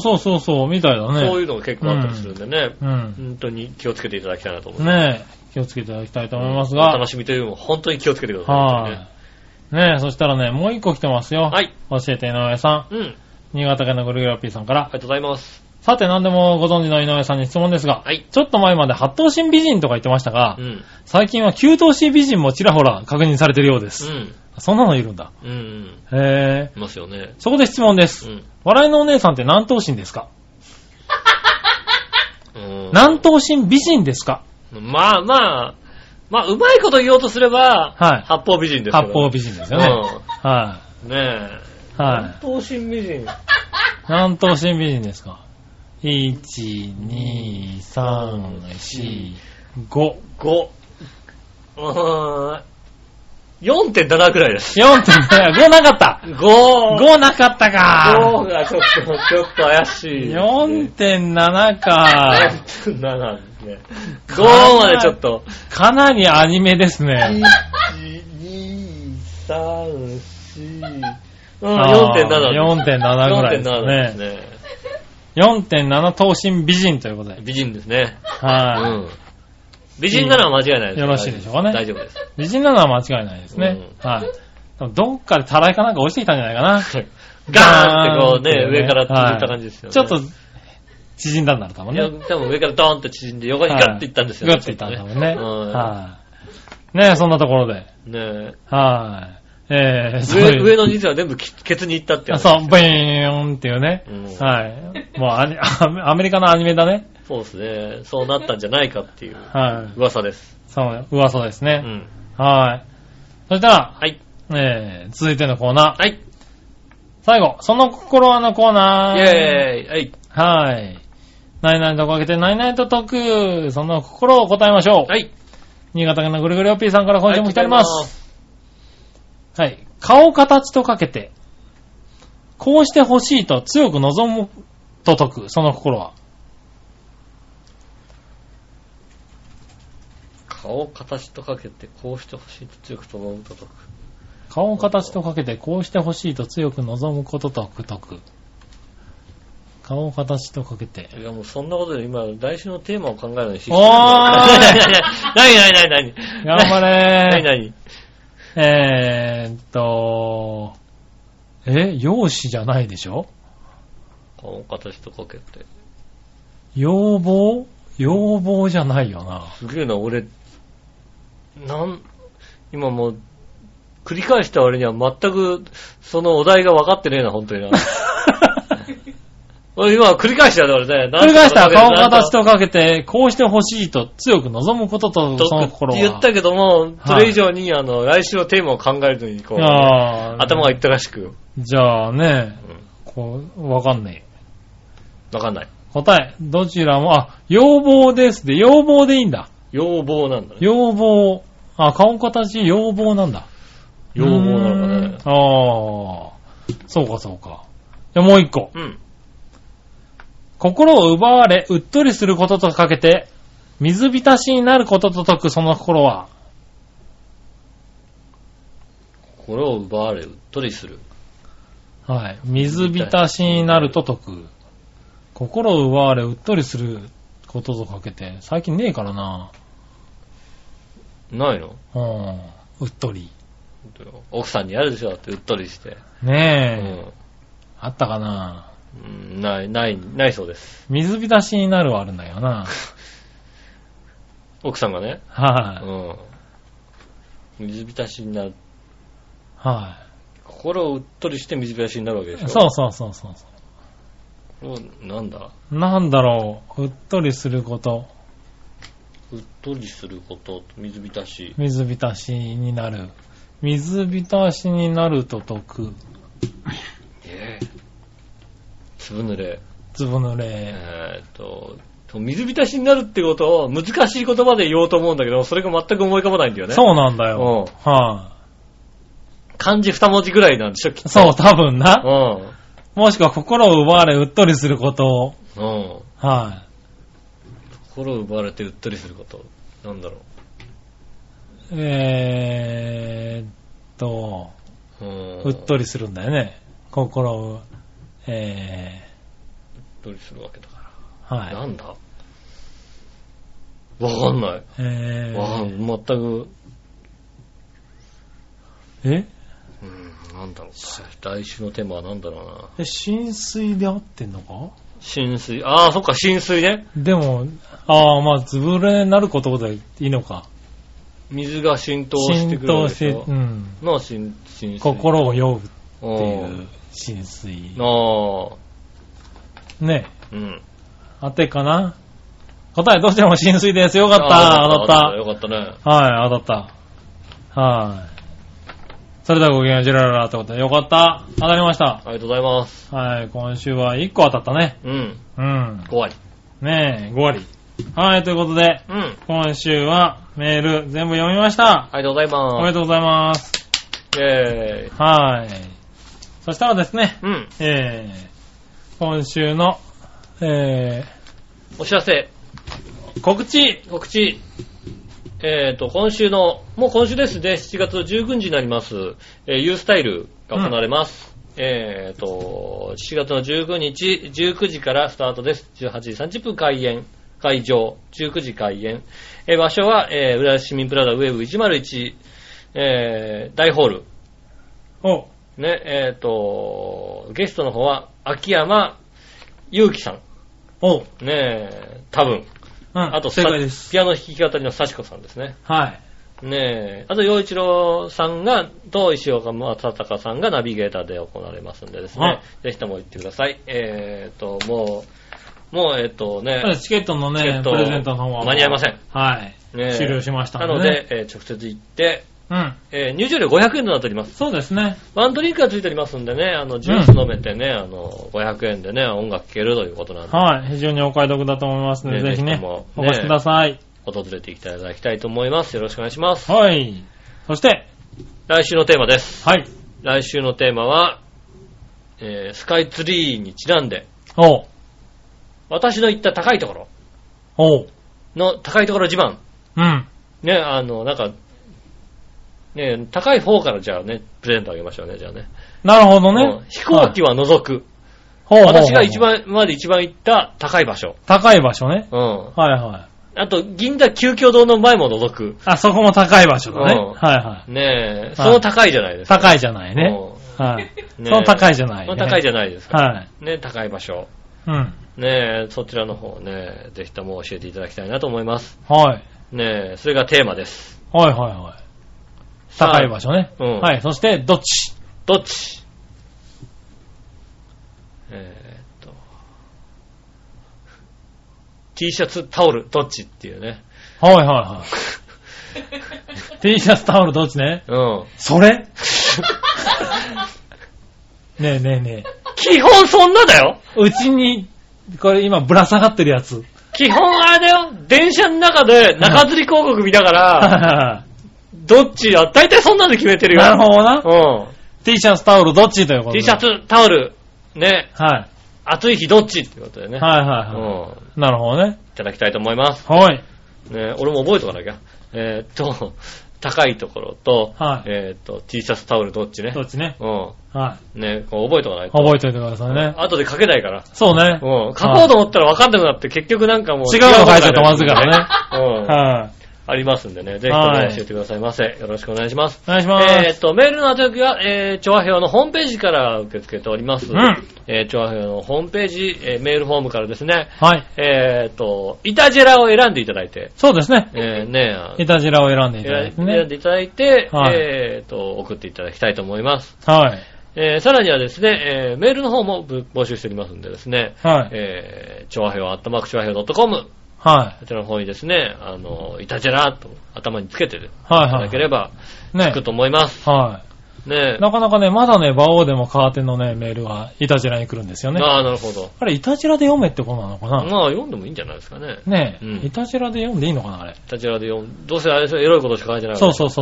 みたいだね。 そういうのが結構あったりするんでね。本当に気をつけていただきたいなと思います。 ねえ。気をつけていただきたいと思いますが。 お楽しみというよりも本当に気をつけてください。 ねえ、そしたらね、もう一個来てますよ。 はい。 教えて井上さん。新潟県のぐるぐるおっぴーさんから。 ありがとうございます。 さて何でもご存知の井上さんに質問ですが、ちょっと前まで8頭身美人とか言ってましたが、最近は9頭身美人もちらほら確認されているようです。そんなのいるんだ。 へぇ。いますよね。 そこで質問です。笑いのお姉さんって何頭身ですか？何頭身美人ですか？ まあ、うまいこと言おうとすれば、八方美人ですよね。 八方美人ですよね。 ねえ。何頭身美人。 何頭身美人ですか？ 1、2、3、4、5。 4.7 くらいです。 4.7、5なかった。5なかったか。 5がちょっと怪しい。 4.7 か。 4.7ですね。5までちょっと。 かなりアニメですね。 1、2、3、4。4.7 ぐらいですね。4.7 頭身美人ということで。 美人ですね。 美人なのは間違いないです。 よろしいでしょうかね。 大丈夫です。 美人なのは間違いないですね。どっかでたらいかなんか落ちてきたんじゃないかな。 ガーンってこうね、上から縮んだ感じですよね。 ちょっと縮んだんだろう、多分ね。 多分上からドーンって縮んで横にガッていったんですよね。 ガッていったんだもんね。ねえ、そんなところで。 ねえ。 上の実は全部ケツに行ったってそう、ブイーンっていうね。もうアメリカのアニメだね。 そうですね。そうなったんじゃないかっていう噂です。 そう、噂ですね。そしたら、続いてのコーナー。最後、その心はのコーナー。 イェーイ。 何々とかけて何々と解く、その心を答えましょう。新潟県のぐるぐるおっぴーさんから今週も来ております。顔形とかけて、 こうしてほしいと強く望むと解く、その心は。 顔形とかけてこうしてほしいと強く望むと解く。 顔形とかけてこうしてほしいと強く望むことと解く。顔形とかけて。 いやもうそんなことで今来週のテーマを考えるのに必死なんだ。 何頑張れ何容姿じゃないでしょ？ 顔形とかけて。 要望じゃないよな。 すげえな、俺、今もう、繰り返した割には全く、そのお題が分かってねえな、本当にな。俺今繰り返したよ、俺ね。 繰り返した。顔形とかけて、こうしてほしいと強く望むことと、その心は。 言ったけども、それ以上に、来週のテーマを考えるのに、こう、頭がいったらしく。 じゃあね、わかんない。 わかんない。 答え、どちらも、要望ですで、要望でいいんだ。 要望なんだね。 要望。顔形要望なんだ。 要望なのかね。 そうかそうか。じゃあもう一個。 うん。 心を奪われ、うっとりすることとかけて、水浸しになることと解くその心は。 心を奪われ、うっとりする。 はい。水浸しになると解く。心を奪われ、うっとりすることとかけて、最近ねえからな。 ないの？ うっとり。 奥さんにやるでしょってうっとりして。 ねえ。あったかな？ ないそうです。 水浸しになるはあるんだよな。 奥さんがね。 はい、 水浸しになる。 はい、 心をうっとりして水浸しになるわけでしょ。 そう。 なんだろう。うっとりすること。 うっとりすること、水浸し。 水浸しになる。水浸しになると解く。 ずぶ濡れ。水浸しになるってことを難しい言葉で言おうと思うんだけど、それが全く思い浮かばないんだよね。 そうなんだよ。 漢字2文字ぐらいなんでしょ、きっと。 そう、多分な。もしくは心を奪われうっとりすることを。 心を奪われてうっとりすること。なんだろう。 うっとりするんだよね。心を、 うっとりするわけだから。なんだ？わかんない。全く。なんだろう。来週のテーマはなんだろうな。 浸水で合ってんのか？ 浸水。そっか、浸水ね。 でも、ずぶ濡れになることでいいのか。 水が浸透してくるわけでしょ。の浸水。 心を酔うっていう浸水。ねえ。当てかな？答えどちらも浸水です。よかった。当たった。 よかったね。 はい、当たった。はい。それではごきげんよう、ジェラララってことで。よかった。当たりました。 ありがとうございます。 はい、今週は1個当たったね。 5割。 ねえ、5割。はい、ということで、今週はメール全部読みました。 ありがとうございます。 おめでとうございます。 イェーイ。 はい。そしたらですね、今週の、 お知らせ。 告知。 今週の、もう今週ですね、7月19日になります、ユースタイルが行われます。7月の19日、19時からスタートです。18時30分会場、19時開演。場所は、浦安市民プラザウェブ101、大ホール。ね、ゲストの方は、秋山祐希さん。ねえ、多分。あと、ピアノ弾き語りの幸子さんですね。 はい。 ねえ、あと、陽一郎さんと石岡正隆さんがナビゲーターで行われますんでですね。ぜひとも行ってください。もうね。 チケットのね、プレゼントの方は。 間に合いません。 はい。終了しましたので。なので、直接行って、入場料500円となっております。 そうですね。 ワンドリンクがついておりますんでね、ジュース飲めてね、500円でね、音楽聴けるということなんで。 はい。非常にお買い得だと思いますので、ぜひね、お越しください。 訪れていただきたいと思います。よろしくお願いします。 はい。そして、 来週のテーマです。 はい。 来週のテーマは、 スカイツリーにちなんで、 お私の行った高いところの高いところ自慢。 うん。 ね、なんか、ね、高い方からじゃあね、プレゼントあげましょうね、じゃあね。 なるほどね。 飛行機は除く。私が一番行った高い場所。 高い場所ね。 うん。 はいはい。 あと、銀座鳩居堂の前も除く。 あ、そこも高い場所だね。はいはい。 ねえ、その高いじゃないですか。 高いじゃないね。はい。その高いじゃないね。 その高いじゃないですか。 はい。 ね、高い場所。 うん。 ねえ、そちらの方ね、ぜひとも教えていただきたいなと思います。 はい。 ねえ、それがテーマです。 はいはいはい。高い場所ね。 うん。 はい。そして、どっちどっちT シャツ、タオル、どっちっていうね。 はいはいはい。T シャツ、タオル、どっちね。 うん。 それねえねえねえ。 基本そんなだよ。 うちに、これ今ぶら下がってるやつ。 基本あれだよ。電車の中で中吊り広告見ながら、どっちや、大体そんなの決めてるよ。 なるほどな。 うん。 T シャツ、タオル、どっちということで。 T シャツ、タオル、ね。 はい。 暑い日どっちってことでね。 はいはいはい。うん。なるほどね。 いただきたいと思います。 はい。 ね、俺も覚えとかなきゃ。高いところと、 はい。 T シャツ、タオルどっちね。 どっちね。 うん。 はい。 ね、こう覚えとかないと。 覚えといてくださいね。 後で書けないから。 そうね。 うん。書こうと思ったら分かんなくなって、結局なんかもう。 違うの書いちゃったまずいからね。 うん。はい。ありますんでね、ぜひとも教えてくださいませ。よろしくお願いします。 お願いします。 メールの宛先は、チョアヘヨのホームページから受け付けております。うん。チョアヘヨのホームページ、メールフォームからですね。 はい。 イタジェラを選んでいただいて。 そうですね。イタジェラを選んでいただいてね。 選んでいただいて、はい、送っていただきたいと思います。 はい。 さらにはですね、メールの方も募集しておりますんでですね。 はい。 チョアヘヨ@choaheyo.com はい。 こちらの方にですね、イタジェラと頭につけていただければ、つくと思います。 はい。ねなかなかね、まだね、馬王でもカーテンのね、メールはイタジェラに来るんですよね。 ああ、なるほど。 あれ、イタジェラで読めってことなのかな。 まあ、読んでもいいんじゃないですかね。 ねえ、イタジェラで読んでいいのかな、あれ。イタジェラで読んで、どうせあれですよ、エロいことしか書いてないから。そう。うん。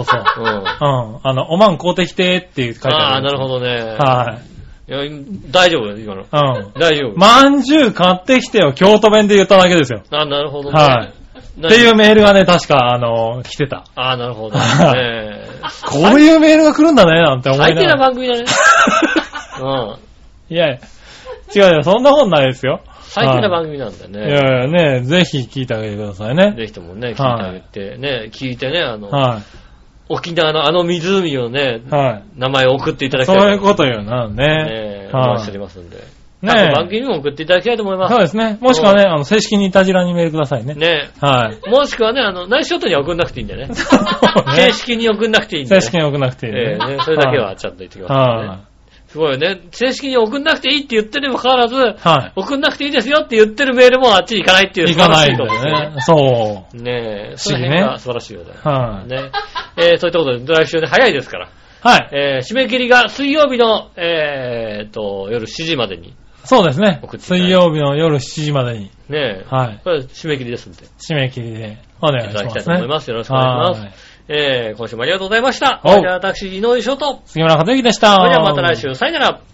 おまん買うてきてって書いてある。 ああ、なるほどね。 はい。 いや、大丈夫よ、今の。うん。大丈夫。 まんじゅう買ってきてよ、京都弁で言っただけですよ。 あ、なるほどね。 はい。っていうメールがね、確か、来てた。 ああ、なるほど。 こういうメールが来るんだね、なんて思いながら。 最低な番組だね。うん。 いや、違うよ、そんなことないですよ。 最低な番組なんだね。 いやいやね、ぜひ聞いてあげてくださいね。 ぜひともね、聞いてあげて、ね、聞いてね、沖縄の湖をね、名前を送っていただきたい。 そういうことよな、ね。 お待ちしておりますんで。ね番組にも送っていただきたいと思います。 そうですね。もしくはね、正式にイタジラにメールくださいね。 ねはい。 もしくはね、ナイスショットには送んなくていいんだよね。正式に送んなくていいんだよね。 正式に送んなくていいね。 それだけはちゃんと言ってくださいね。すごいよね。正式に送んなくていいって言ってるにもかかわらず、送んなくていいですよって言ってるメールもあっちに行かないっていう。 行かないんだよね。そう。 ねえ。 不思議ね。 素晴らしいよね。 はい。 ね。そういったことで、来週ね、早いですから。 はい。 締め切りが水曜日の、夜7時までに。 そうですね。水曜日の夜7時までに。 ねえ。 はい。 これ締め切りですんで。 締め切りでお願いします、ね。いただきたいと思います。よろしくお願いします。今週もありがとうございました。じゃあ私、井上翔と。 杉村和之でした。 それではまた来週、さよなら。